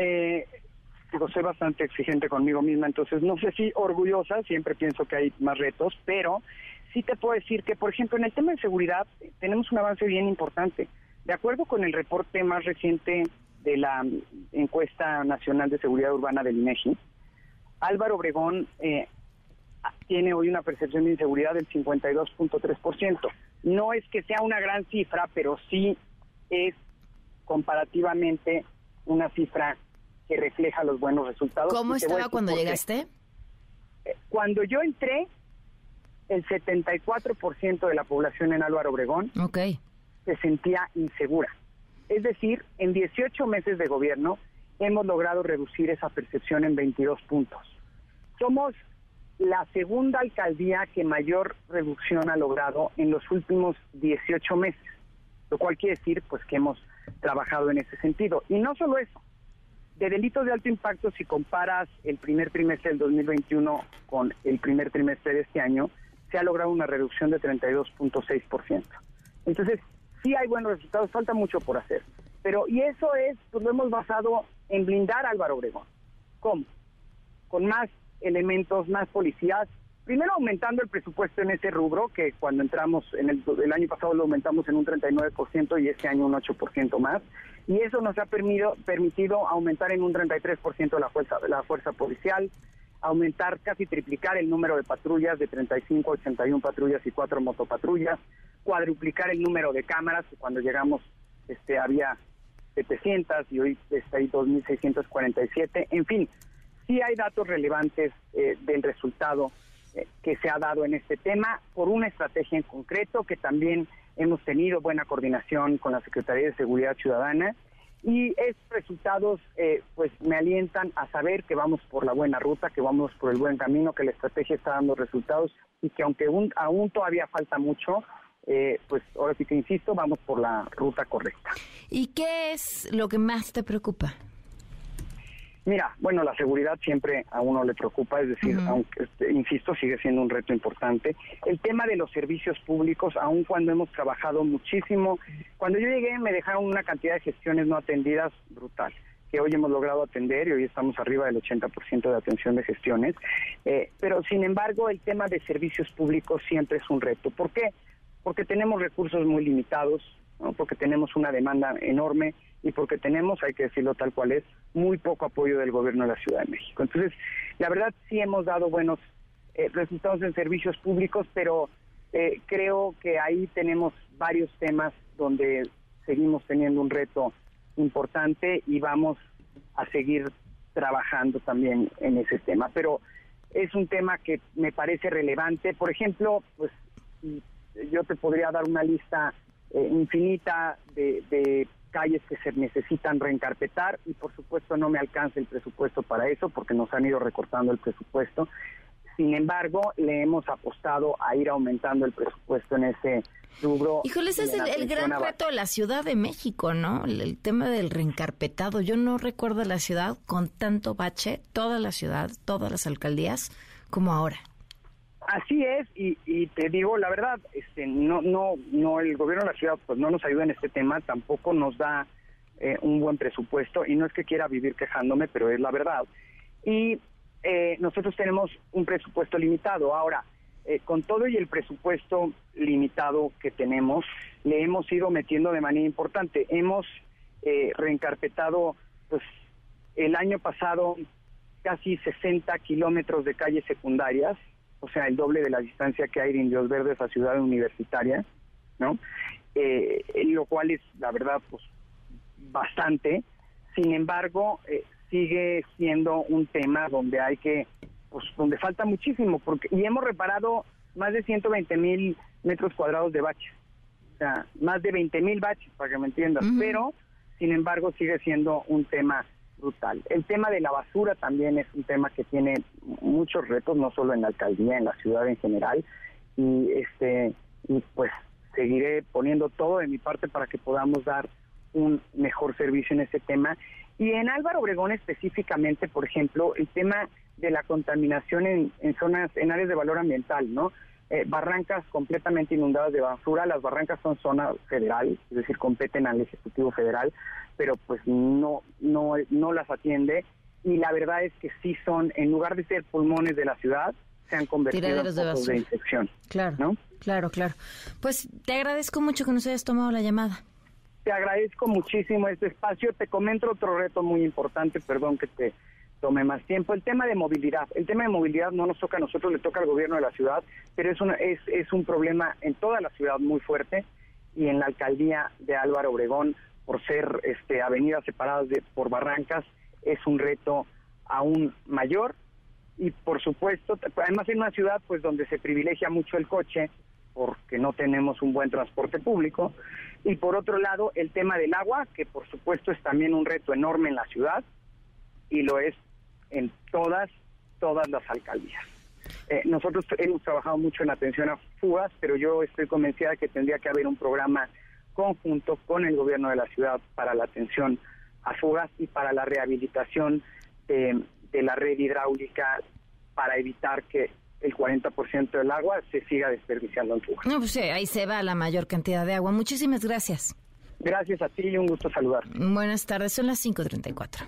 soy bastante exigente conmigo misma, entonces no sé si orgullosa, siempre pienso que hay más retos, pero sí te puedo decir que, por ejemplo, en el tema de seguridad tenemos un avance bien importante. De acuerdo con el reporte más reciente de la Encuesta Nacional de Seguridad Urbana del INEGI, Álvaro Obregón tiene hoy una percepción de inseguridad del 52.3%. No es que sea una gran cifra, pero sí es comparativamente una cifra que refleja los buenos resultados. ¿Cómo estaba cuando llegaste? Cuando yo entré, el 74% de la población en Álvaro Obregón se sentía insegura. Es decir, en 18 meses de gobierno hemos logrado reducir esa percepción en 22 puntos. Somos la segunda alcaldía que mayor reducción ha logrado en los últimos 18 meses, lo cual quiere decir pues que hemos trabajado en ese sentido. Y no solo eso, de delitos de alto impacto, si comparas el primer trimestre del 2021 con el primer trimestre de este año, se ha logrado una reducción de 32.6%. Entonces, sí hay buenos resultados, falta mucho por hacer. Y eso pues lo hemos basado en blindar a Álvaro Obregón. ¿Cómo? Con más elementos, más policías, primero aumentando el presupuesto en ese rubro, que cuando entramos el año pasado lo aumentamos en un 39% y este año un 8% más, y eso nos ha permitido aumentar en un 33% la fuerza policial, aumentar, casi triplicar el número de patrullas de 35 a 81 patrullas y 4 motopatrullas, cuadruplicar el número de cámaras, que cuando llegamos había 700 y hoy hay 2.647, en fin, sí hay datos relevantes del resultado que se ha dado en este tema por una estrategia en concreto, que también hemos tenido buena coordinación con la Secretaría de Seguridad Ciudadana, y estos resultados pues me alientan a saber que vamos por la buena ruta, que vamos por el buen camino, que la estrategia está dando resultados y que aunque aún todavía falta mucho, pues ahora sí que insisto, vamos por la ruta correcta. ¿Y qué es lo que más te preocupa? Mira, bueno, la seguridad siempre a uno le preocupa, es decir, aunque, insisto, sigue siendo un reto importante. El tema de los servicios públicos, aun cuando hemos trabajado muchísimo, cuando yo llegué me dejaron una cantidad de gestiones no atendidas brutal, que hoy hemos logrado atender y hoy estamos arriba del 80% de atención de gestiones, pero sin embargo el tema de servicios públicos siempre es un reto. ¿Por qué? Porque tenemos recursos muy limitados, ¿no? Porque tenemos una demanda enorme y porque tenemos, hay que decirlo tal cual es, muy poco apoyo del gobierno de la Ciudad de México. Entonces, la verdad sí hemos dado buenos resultados en servicios públicos, pero creo que ahí tenemos varios temas donde seguimos teniendo un reto importante y vamos a seguir trabajando también en ese tema. Pero es un tema que me parece relevante. Por ejemplo, pues yo te podría dar una lista infinita de calles que se necesitan reencarpetar y por supuesto no me alcanza el presupuesto para eso porque nos han ido recortando el presupuesto. Sin embargo, le hemos apostado a ir aumentando el presupuesto en ese rubro. Híjole, ese es el gran reto de la Ciudad de México, ¿no? El tema del reencarpetado. Yo no recuerdo la ciudad con tanto bache, toda la ciudad, todas las alcaldías, como ahora. Así es, y te digo la verdad, no el gobierno de la ciudad pues no nos ayuda en este tema, tampoco nos da un buen presupuesto, y no es que quiera vivir quejándome, pero es la verdad. Y nosotros tenemos un presupuesto limitado. Ahora, con todo y el presupuesto limitado que tenemos, le hemos ido metiendo de manera importante. Hemos reencarpetado, pues, el año pasado casi 60 kilómetros de calles secundarias, o sea, el doble de la distancia que hay de Indios Verdes a Ciudad Universitaria, ¿no? Lo cual es, la verdad, pues, bastante. Sin embargo, sigue siendo un tema donde hay que, pues, donde falta muchísimo, y hemos reparado más de 120,000 metros cuadrados de baches, o sea, más de 20,000 baches, para que me entiendas, pero, sin embargo, sigue siendo un tema brutal. El tema de la basura también es un tema que tiene muchos retos, no solo en la alcaldía, en la ciudad en general, y pues seguiré poniendo todo de mi parte para que podamos dar un mejor servicio en ese tema. Y en Álvaro Obregón específicamente, por ejemplo, el tema de la contaminación en zonas, en áreas de valor ambiental, ¿no? Barrancas completamente inundadas de basura. Las barrancas son zona federal, es decir, competen al Ejecutivo Federal, pero pues no las atiende, y la verdad es que sí son, en lugar de ser pulmones de la ciudad, se han convertido en focos de infección. Claro, ¿no? Claro. Pues te agradezco mucho que nos hayas tomado la llamada. Te agradezco muchísimo este espacio. Te comento otro reto muy importante, perdón que te tome más tiempo, el tema de movilidad. El tema de movilidad no nos toca a nosotros, le toca al gobierno de la ciudad, pero es un problema en toda la ciudad muy fuerte, y en la alcaldía de Álvaro Obregón, por ser avenidas separadas por barrancas, es un reto aún mayor, y por supuesto, además en una ciudad pues donde se privilegia mucho el coche, porque no tenemos un buen transporte público, y por otro lado el tema del agua, que por supuesto es también un reto enorme en la ciudad, y lo es en todas las alcaldías. Nosotros hemos trabajado mucho en atención a fugas, pero yo estoy convencida de que tendría que haber un programa conjunto con el gobierno de la ciudad para la atención a fugas y para la rehabilitación de la red hidráulica, para evitar que el 40% del agua se siga desperdiciando en fugas. No, pues ahí se va la mayor cantidad de agua. Muchísimas gracias. Gracias a ti y un gusto saludar. Buenas tardes, son las 5:34.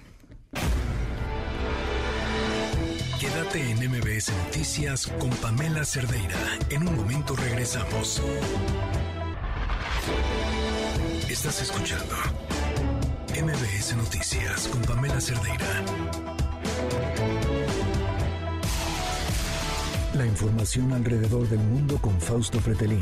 Quédate en MBS Noticias con Pamela Cerdeira. En un momento regresamos. Estás escuchando MBS Noticias con Pamela Cerdeira. La información alrededor del mundo con Fausto Pretelín.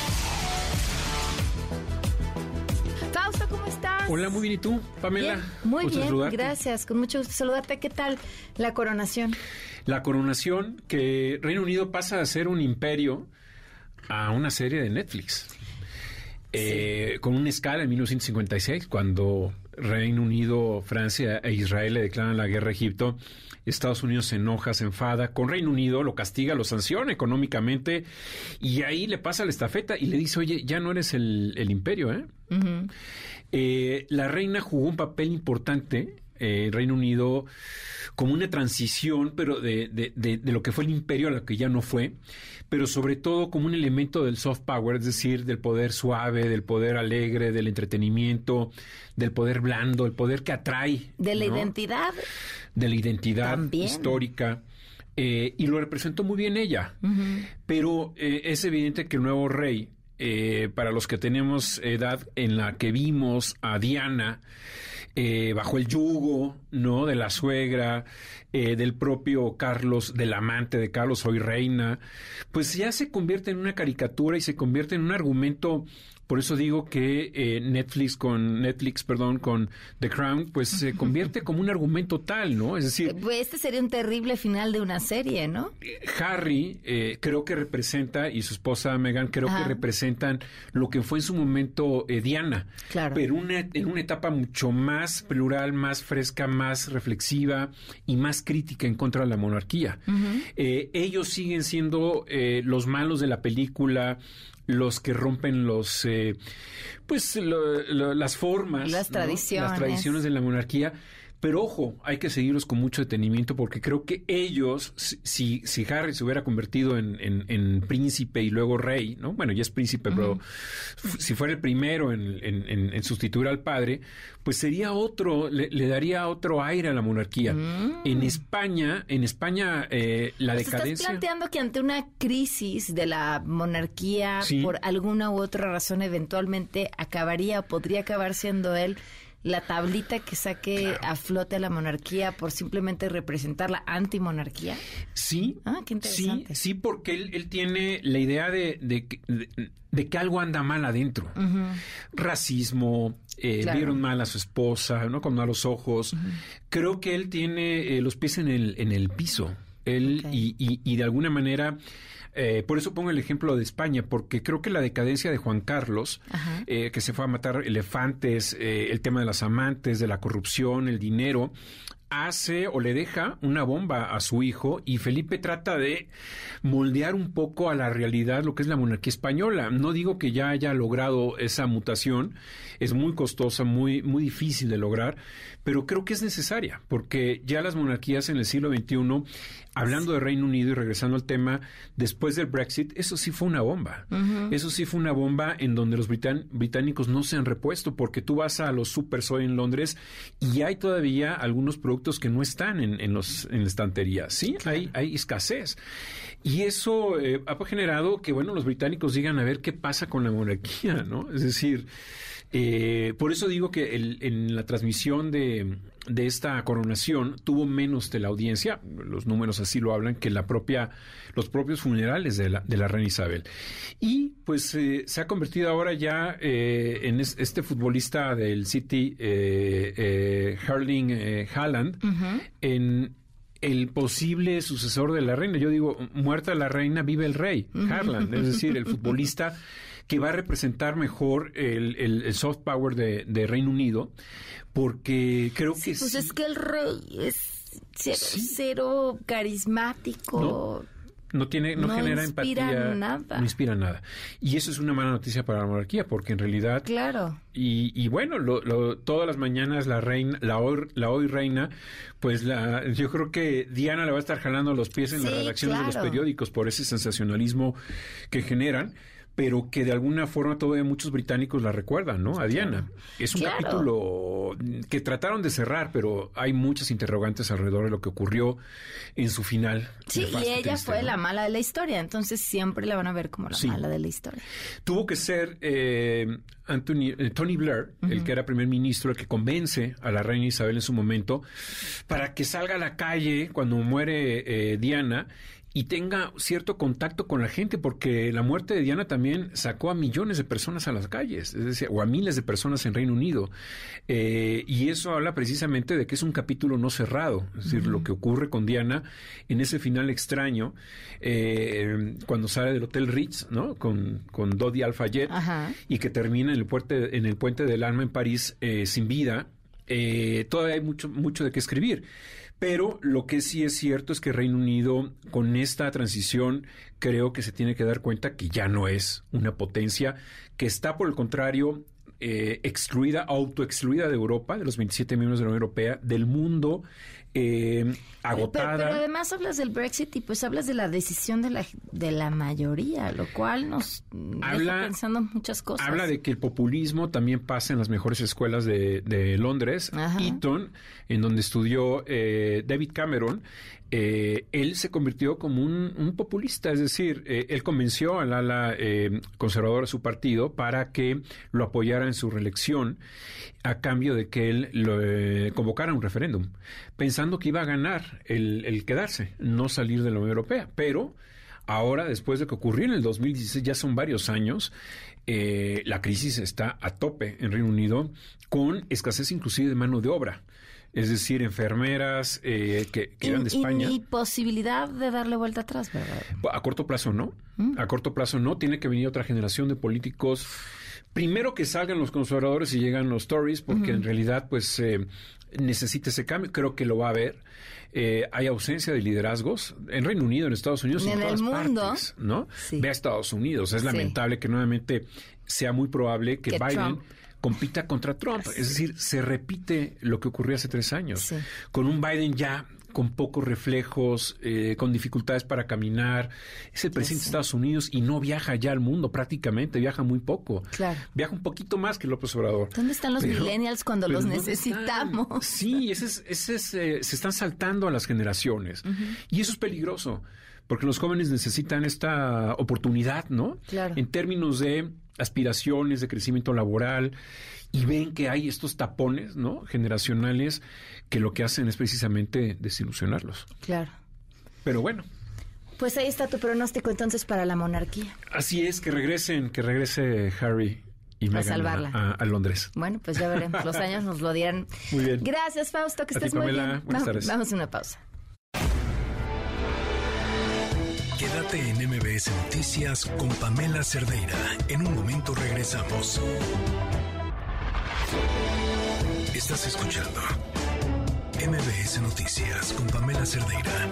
Fausto, ¿cómo estás? Hola, muy bien. ¿Y tú, Pamela? Bien, muy gusto bien, saludarte. gracias. Con mucho gusto saludarte. ¿Qué tal la coronación? La coronación, que Reino Unido pasa a ser un imperio a una serie de Netflix. Sí. Con una escala en 1956, cuando Reino Unido, Francia e Israel le declaran la guerra a Egipto. Estados Unidos se enoja, se enfada con Reino Unido, lo castiga, lo sanciona económicamente, y ahí le pasa la estafeta y le dice, oye, ya no eres el imperio, ¿eh? Uh-huh. La reina jugó un papel importante, Reino Unido, como una transición, pero de lo que fue el imperio a lo que ya no fue, pero sobre todo como un elemento del soft power, es decir, del poder suave, del poder alegre, del entretenimiento, del poder blando, el poder que atrae. De la identidad. De la identidad también histórica. Y lo representó muy bien ella. Uh-huh. Pero es evidente que el nuevo rey, para los que tenemos edad en la que vimos a Diana bajo el yugo, ¿no?, de la suegra, del propio Carlos, del amante de Carlos, soy reina, pues ya se convierte en una caricatura y se convierte en un argumento. Por eso digo que Netflix con The Crown, pues se convierte como un argumento tal, ¿no? Es decir, este sería un terrible final de una serie, ¿no? Harry creo que representa, y su esposa Meghan creo que representan lo que fue en su momento Diana. Claro. Pero en una etapa mucho más plural, más fresca, más reflexiva y más crítica en contra de la monarquía. Uh-huh. Ellos siguen siendo los malos de la película, los que rompen las formas, las tradiciones, ¿no?, las tradiciones de la monarquía. Pero ojo, hay que seguirlos con mucho detenimiento, porque creo que ellos, si Harry se hubiera convertido en príncipe y luego rey, ¿no? Bueno, ya es príncipe, uh-huh, pero si fuera el primero en sustituir al padre, pues sería otro, le daría otro aire a la monarquía. Uh-huh. En España, la decadencia. ¿Estás planteando que ante una crisis de la monarquía, sí, por alguna u otra razón, eventualmente acabaría o podría acabar siendo él la tablita que saque a flote a la monarquía por simplemente representar la antimonarquía? Sí. Ah, qué interesante. Sí, porque él tiene la idea de que algo anda mal adentro. Uh-huh. Racismo, claro, vieron mal a su esposa, ¿no?, con malos ojos. Uh-huh. Creo que él tiene los pies en el piso. Él, okay, y de alguna manera. Por eso pongo el ejemplo de España, porque creo que la decadencia de Juan Carlos, que se fue a matar elefantes, el tema de las amantes, de la corrupción, el dinero, hace o le deja una bomba a su hijo, y Felipe trata de moldear un poco a la realidad lo que es la monarquía española. No digo que ya haya logrado esa mutación, es muy costosa, muy, muy difícil de lograr, pero creo que es necesaria, porque ya las monarquías en el siglo XXI, hablando de Reino Unido y regresando al tema, después del Brexit, eso sí fue una bomba. Uh-huh. Eso sí fue una bomba en donde los británicos no se han repuesto, porque tú vas a los supers hoy en Londres y hay todavía algunos productos que no están en la estantería. Sí, claro, hay escasez. Y eso ha generado que, bueno, los británicos digan a ver qué pasa con la monarquía, ¿no? Es decir, por eso digo que en la transmisión de esta coronación tuvo menos de la audiencia, los números así lo hablan, que los propios funerales de la reina Isabel. Y pues se ha convertido ahora ya en este futbolista del City, Erling Haaland, uh-huh, en el posible sucesor de la reina. Yo digo, muerta la reina, vive el rey, Haaland, es decir, el futbolista que va a representar mejor el soft power de Reino Unido, porque creo que pues es que el rey es cero carismático. No genera empatía, nada. no inspira nada. Y eso es una mala noticia para la monarquía, porque en realidad... Claro. Y bueno, todas las mañanas la reina, la hoy reina, pues yo creo que Diana le va a estar jalando los pies en las redacciones de los periódicos por ese sensacionalismo que generan, pero que de alguna forma todavía muchos británicos la recuerdan, ¿no? A Diana. Es un capítulo que trataron de cerrar, pero hay muchas interrogantes alrededor de lo que ocurrió en su final. Sí, y ella fue la mala de la historia, entonces siempre la van a ver como la mala de la historia. Tuvo que ser Tony Blair, el que era primer ministro, el que convence a la reina Isabel en su momento para que salga a la calle cuando muere Diana y tenga cierto contacto con la gente, porque la muerte de Diana también sacó a millones de personas a las calles, es decir, o a miles de personas en Reino Unido. Y eso habla precisamente de que es un capítulo no cerrado, es decir, lo que ocurre con Diana en ese final extraño, cuando sale del Hotel Ritz, ¿no? Con Dodi Al-Fayed, y que termina en el Puente del Alma en París sin vida. Todavía hay mucho de qué escribir. Pero lo que sí es cierto es que Reino Unido, con esta transición, creo que se tiene que dar cuenta que ya no es una potencia, que está, por el contrario, autoexcluida de Europa, de los 27 miembros de la Unión Europea, del mundo, agotada. Pero además hablas del Brexit y pues hablas de la decisión de la mayoría, lo cual nos deja pensando muchas cosas. Habla de que el populismo también pasa en las mejores escuelas de Londres, Eton, en donde estudió David Cameron. Él se convirtió como un populista, es decir, él convenció al ala conservadora de su partido para que lo apoyara en su reelección a cambio de que él convocara un referéndum, pensando que iba a ganar el quedarse, no salir de la Unión Europea. Pero ahora, después de que ocurrió en el 2016, ya son varios años, la crisis está a tope en Reino Unido, con escasez inclusive de mano de obra. Es decir, enfermeras que eran de España. Y posibilidad de darle vuelta atrás, ¿verdad? A corto plazo no. A corto plazo no. Tiene que venir otra generación de políticos. Primero que salgan los conservadores y llegan los Tories, porque en realidad pues necesita ese cambio. Creo que lo va a haber. Hay ausencia de liderazgos en Reino Unido, en Estados Unidos y en todas partes, ¿no? Sí. Ve a Estados Unidos. Es lamentable que nuevamente sea muy probable que Biden Trump compita contra Trump. Es decir, se repite lo que ocurrió hace 3 años. Con un Biden ya con pocos reflejos, con dificultades para caminar. Es el presidente de Estados Unidos y no viaja ya al mundo prácticamente, viaja muy poco. Claro. Viaja un poquito más que López Obrador. ¿Dónde están los millennials cuando los necesitamos? Sí, se están saltando a las generaciones. Y eso es peligroso, porque los jóvenes necesitan esta oportunidad, ¿no? Claro. En términos de aspiraciones, de crecimiento laboral, y ven que hay estos tapones, ¿no?, generacionales, que lo que hacen es precisamente desilusionarlos. Claro. Pero bueno. Pues ahí está tu pronóstico entonces para la monarquía. Así es, que regrese Harry y Meghan a salvarla a Londres. Bueno, pues ya veremos, los años nos lo dirán. Muy bien. Gracias, Fausto, que estés muy bien. Buenas tardes. Vamos a una pausa. Quédate en MBS Noticias con Pamela Cerdeira. En un momento regresamos. Estás escuchando MBS Noticias con Pamela Cerdeira.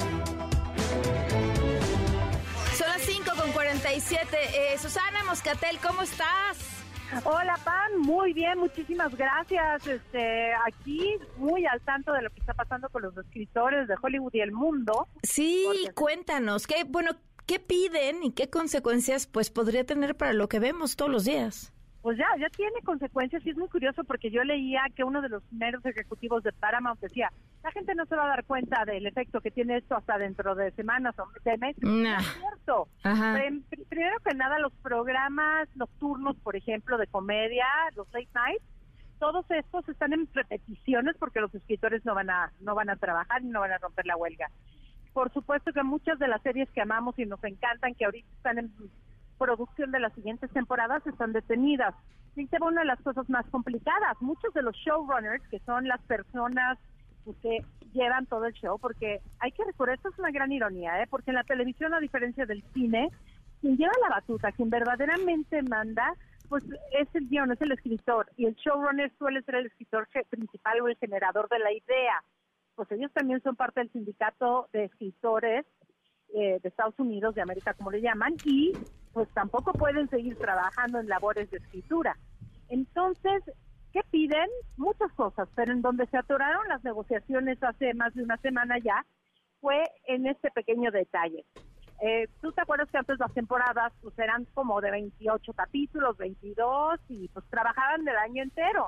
Son las 5:47. Susana Moscatel, ¿cómo estás? Hola, Pam, muy bien, muchísimas gracias. Aquí muy al tanto de lo que está pasando con los escritores de Hollywood y el mundo. Sí, cuéntanos, ¿qué piden y qué consecuencias pues podría tener para lo que vemos todos los días? Pues ya tiene consecuencias y es muy curioso porque yo leía que uno de los primeros ejecutivos de Paramount decía, la gente no se va a dar cuenta del efecto que tiene esto hasta dentro de semanas o de meses. No es cierto. Primero que nada, los programas nocturnos, por ejemplo, de comedia, los late nights, todos estos están en repeticiones porque los escritores no van a trabajar y no van a romper la huelga. Por supuesto que muchas de las series que amamos y nos encantan, que ahorita están en producción de las siguientes temporadas, están detenidas. Y esta es una de las cosas más complicadas. Muchos de los showrunners, que son las personas que llevan todo el show, porque hay que recordar, esto es una gran ironía, porque en la televisión, a diferencia del cine, quien lleva la batuta, quien verdaderamente manda, pues es el guion, es el escritor, y el showrunner suele ser el escritor principal o el generador de la idea. Pues ellos también son parte del sindicato de escritores de Estados Unidos, de América, como le llaman, y pues tampoco pueden seguir trabajando en labores de escritura. Entonces, ¿qué piden? Muchas cosas, pero en donde se atoraron las negociaciones hace más de una semana ya, fue en este pequeño detalle. ¿Tú te acuerdas que antes las temporadas pues eran como de 28 capítulos, 22, y pues trabajaban del año entero?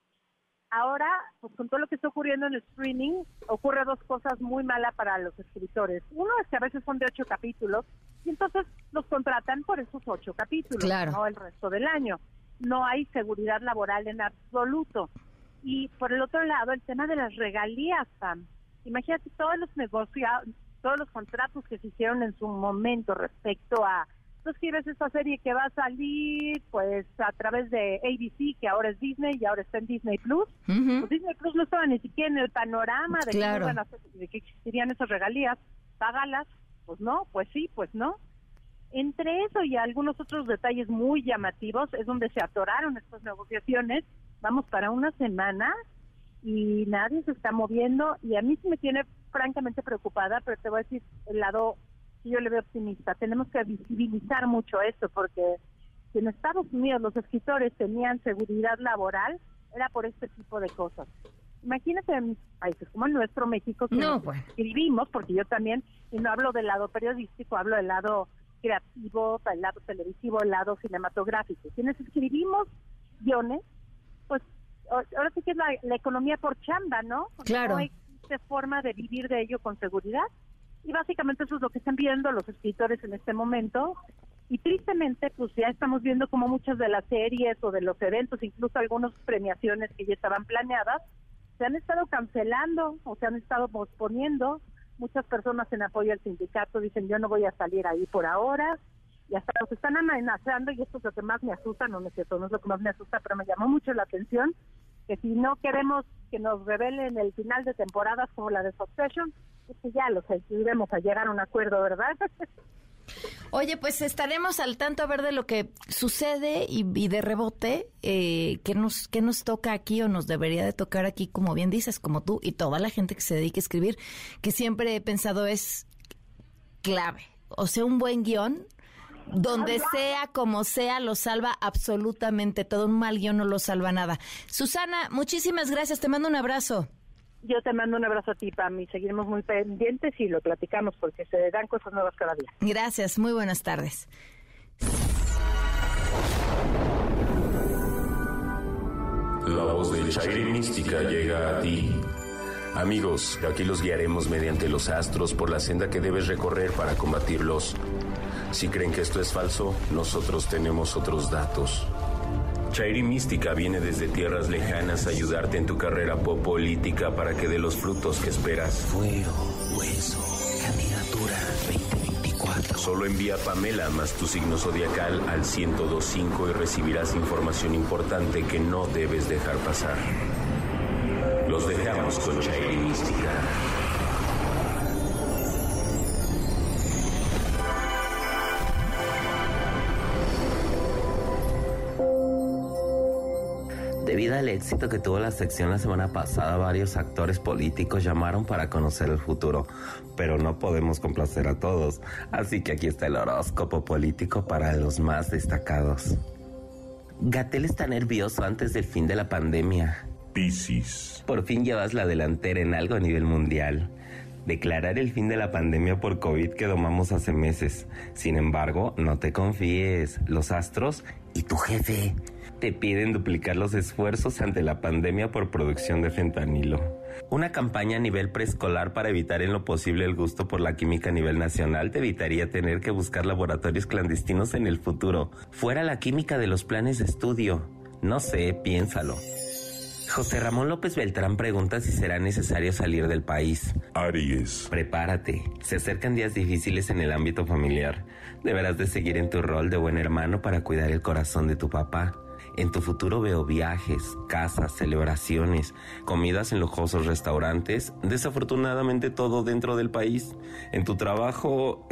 Ahora, pues con todo lo que está ocurriendo en el streaming, ocurre dos cosas muy malas para los escritores. Uno es que a veces son de 8 capítulos, y entonces los contratan por esos 8 capítulos, claro, no el resto del año. No hay seguridad laboral en absoluto. Y por el otro lado, el tema de las regalías, Pam. Imagínate todos los negociados, todos los contratos que se hicieron en su momento respecto a, tú quieres esta serie que va a salir pues a través de ABC, que ahora es Disney y ahora está en Disney Plus. Pues Disney Plus no estaba ni siquiera en el panorama de, claro, de que existirían esas regalías. Págalas, pues no, pues sí, pues no. Entre eso y algunos otros detalles muy llamativos es donde se atoraron estas negociaciones. Vamos para una semana y nadie se está moviendo, y a mí sí me tiene francamente preocupada, pero te voy a decir el lado que yo le veo optimista. Tenemos que visibilizar mucho esto, porque si en Estados Unidos los escritores tenían seguridad laboral, era por este tipo de cosas. Imagínate en países como el nuestro, México, que escribimos, porque yo también, y no hablo del lado periodístico, hablo del lado creativo, el lado televisivo, el lado cinematográfico. Quienes escribimos guiones, pues ahora sí que es la economía por chamba, ¿no? Porque claro, no existe forma de vivir de ello con seguridad, y básicamente eso es lo que están viendo los escritores en este momento. Y tristemente, pues ya estamos viendo como muchas de las series o de los eventos, incluso algunas premiaciones que ya estaban planeadas, se han estado cancelando o se han estado posponiendo. Muchas personas en apoyo al sindicato dicen, yo no voy a salir ahí por ahora, y hasta los están amenazando, y esto es lo que más me asusta, no es cierto, no es lo que más me asusta, pero me llamó mucho la atención, que si no queremos que nos revelen el final de temporadas como la de Succession, es que ya los ayudemos a llegar a un acuerdo, ¿verdad? Oye, pues estaremos al tanto a ver de lo que sucede y de rebote, qué nos toca aquí o nos debería de tocar aquí, como bien dices, como tú y toda la gente que se dedique a escribir, que siempre he pensado es clave. O sea, un buen guión, donde sea, como sea, lo salva absolutamente todo. Un mal guión no lo salva nada. Susana, muchísimas gracias, te mando un abrazo. Yo te mando un abrazo a ti, Pam, y seguiremos muy pendientes y lo platicamos porque se dan cosas nuevas cada día. Gracias, muy buenas tardes. La voz de Chairi Mística llega a ti. Amigos, aquí los guiaremos mediante los astros por la senda que debes recorrer para combatirlos. Si creen que esto es falso, nosotros tenemos otros datos. Chairi Mística viene desde tierras lejanas a ayudarte en tu carrera política para que dé los frutos que esperas. Fuero, hueso, candidatura 2024. Solo envía Pamela más tu signo zodiacal al 1025 y recibirás información importante que no debes dejar pasar. Los dejamos con Chairi Mística. Debido al éxito que tuvo la sección la semana pasada, varios actores políticos llamaron para conocer el futuro, pero no podemos complacer a todos, así que aquí está el horóscopo político para los más destacados. Gatell está nervioso antes del fin de la pandemia. Piscis. Por fin llevas la delantera en algo a nivel mundial. Declarar el fin de la pandemia por COVID que domamos hace meses. Sin embargo, no te confíes. Los astros y tu jefe te piden duplicar los esfuerzos ante la pandemia por producción de fentanilo. Una campaña a nivel preescolar para evitar en lo posible el gusto por la química a nivel nacional te evitaría tener que buscar laboratorios clandestinos en el futuro. Fuera la química de los planes de estudio. No sé, piénsalo. José Ramón López Beltrán pregunta si será necesario salir del país. Aries. Prepárate, se acercan días difíciles en el ámbito familiar. Deberás de seguir en tu rol de buen hermano para cuidar el corazón de tu papá. En tu futuro veo viajes, casas, celebraciones, comidas en lujosos restaurantes, desafortunadamente todo dentro del país. En tu trabajo,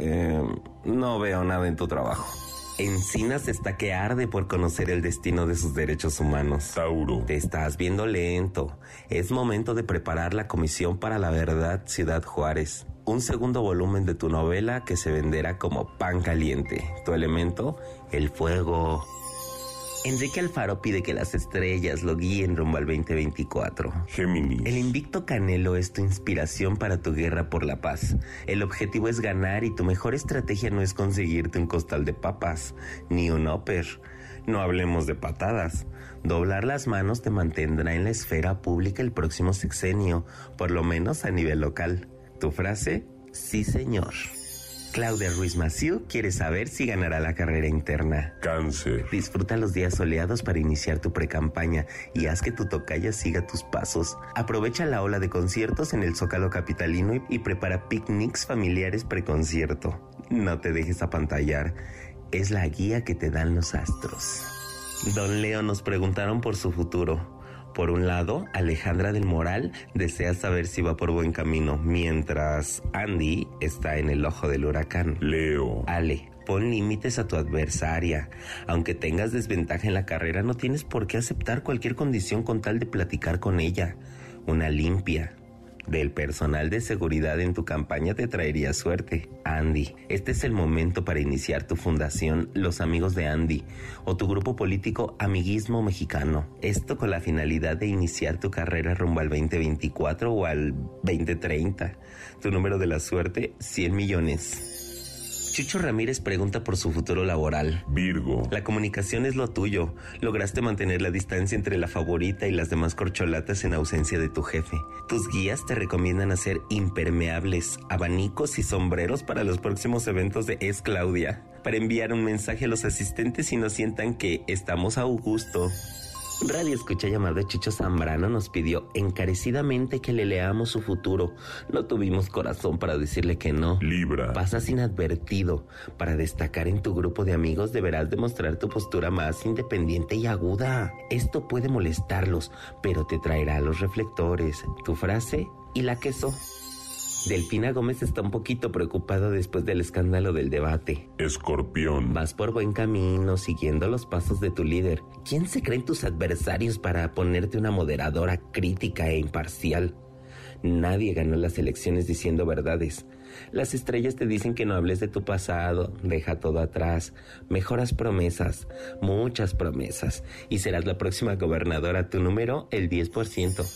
no veo nada en tu trabajo. Encinas está que arde por conocer el destino de sus derechos humanos. Tauro. Te estás viendo lento. Es momento de preparar la Comisión para la Verdad Ciudad Juárez. Un segundo volumen de tu novela que se venderá como pan caliente. Tu elemento, el fuego. Enrique Alfaro pide que las estrellas lo guíen rumbo al 2024. Géminis. El invicto Canelo es tu inspiración para tu guerra por la paz. El objetivo es ganar y tu mejor estrategia no es conseguirte un costal de papas, ni un upper. No hablemos de patadas. Doblar las manos te mantendrá en la esfera pública el próximo sexenio, por lo menos a nivel local. Tu frase, sí señor. Claudia Ruiz Massieu quiere saber si ganará la carrera interna. Cáncer. Disfruta los días soleados para iniciar tu precampaña y haz que tu tocaya siga tus pasos. Aprovecha la ola de conciertos en el Zócalo capitalino y prepara picnics familiares preconcierto. No te dejes apantallar, es la guía que te dan los astros. Don Leo, nos preguntaron por su futuro. Por un lado, Alejandra del Moral desea saber si va por buen camino, mientras Andy está en el ojo del huracán. Leo. Ale, pon límites a tu adversaria. Aunque tengas desventaja en la carrera, no tienes por qué aceptar cualquier condición con tal de platicar con ella. Una limpia del personal de seguridad en tu campaña te traería suerte. Andy, este es el momento para iniciar tu fundación Los Amigos de Andy o tu grupo político Amiguismo Mexicano. Esto con la finalidad de iniciar tu carrera rumbo al 2024 o al 2030. Tu número de la suerte, 100 millones. Chucho Ramírez pregunta por su futuro laboral. Virgo. La comunicación es lo tuyo. Lograste mantener la distancia entre la favorita y las demás corcholatas en ausencia de tu jefe. Tus guías te recomiendan hacer impermeables, abanicos y sombreros para los próximos eventos de Es Claudia, para enviar un mensaje a los asistentes y no sientan que estamos a Augusto. Radio Escucha llamado Chicho Zambrano nos pidió encarecidamente que le leamos su futuro. No tuvimos corazón para decirle que no. Libra. Pasas inadvertido. Para destacar en tu grupo de amigos deberás demostrar tu postura más independiente y aguda. Esto puede molestarlos, pero te traerá los reflectores, tu frase y la queso. Delfina Gómez está un poquito preocupada después del escándalo del debate. Escorpión. Vas por buen camino, siguiendo los pasos de tu líder. ¿Quién se creen tus adversarios para ponerte una moderadora crítica e imparcial? Nadie ganó las elecciones diciendo verdades. Las estrellas te dicen que no hables de tu pasado, deja todo atrás, mejoras promesas, muchas promesas, y serás la próxima gobernadora. Tu número, el 10%.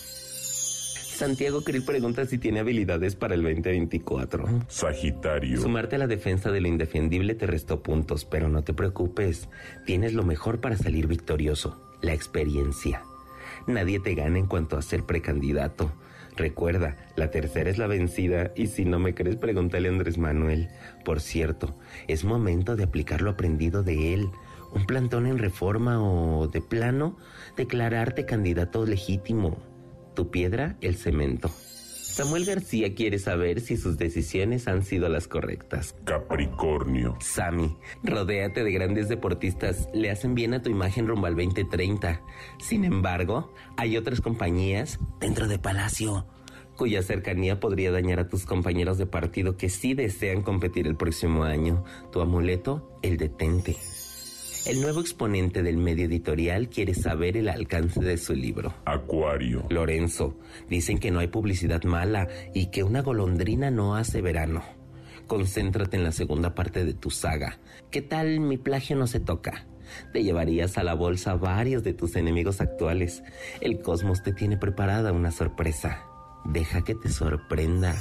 Santiago Krill pregunta si tiene habilidades para el 2024. Sagitario. Sumarte a la defensa de lo indefendible te restó puntos, pero no te preocupes. Tienes lo mejor para salir victorioso, la experiencia. Nadie te gana en cuanto a ser precandidato. Recuerda, la tercera es la vencida y si no me crees, pregúntale a Andrés Manuel. Por cierto, es momento de aplicar lo aprendido de él. Un plantón en Reforma o, de plano, declararte candidato legítimo. Tu piedra, el cemento. Samuel García quiere saber si sus decisiones han sido las correctas. Capricornio. Sammy, rodéate de grandes deportistas, le hacen bien a tu imagen rumbo al 2030. Sin embargo, hay otras compañías dentro de Palacio cuya cercanía podría dañar a tus compañeros de partido que sí desean competir el próximo año. Tu amuleto, el detente. El nuevo exponente del medio editorial quiere saber el alcance de su libro. Acuario. Lorenzo, dicen que no hay publicidad mala y que una golondrina no hace verano. Concéntrate en la segunda parte de tu saga. ¿Qué tal Mi plagio no se toca? Te llevarías a la bolsa varios de tus enemigos actuales. El cosmos te tiene preparada una sorpresa. Deja que te sorprenda.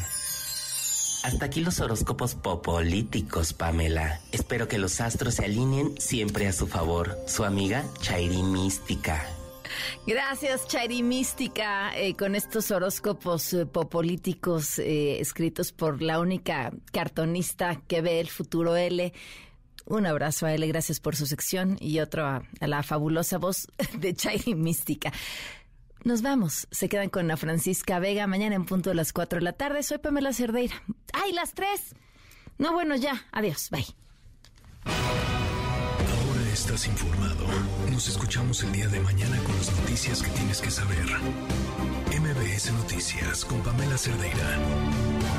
Hasta aquí los horóscopos popolíticos, Pamela. Espero que los astros se alineen siempre a su favor. Su amiga Chairi Mística. Gracias, Chairi Mística, con estos horóscopos popolíticos escritos por la única cartonista que ve el futuro, L. Un abrazo a L, gracias por su sección, y otro a la fabulosa voz de Chairi Mística. Nos vamos. Se quedan con Ana Francisca Vega mañana en punto de las 4 de la tarde. Soy Pamela Cerdeira. ¡Ay, las 3! No, bueno, ya. Adiós. Bye. Ahora estás informado. Nos escuchamos. escuchamos el día de mañana con las noticias que tienes que saber. MBS Noticias con Pamela Cerdeira.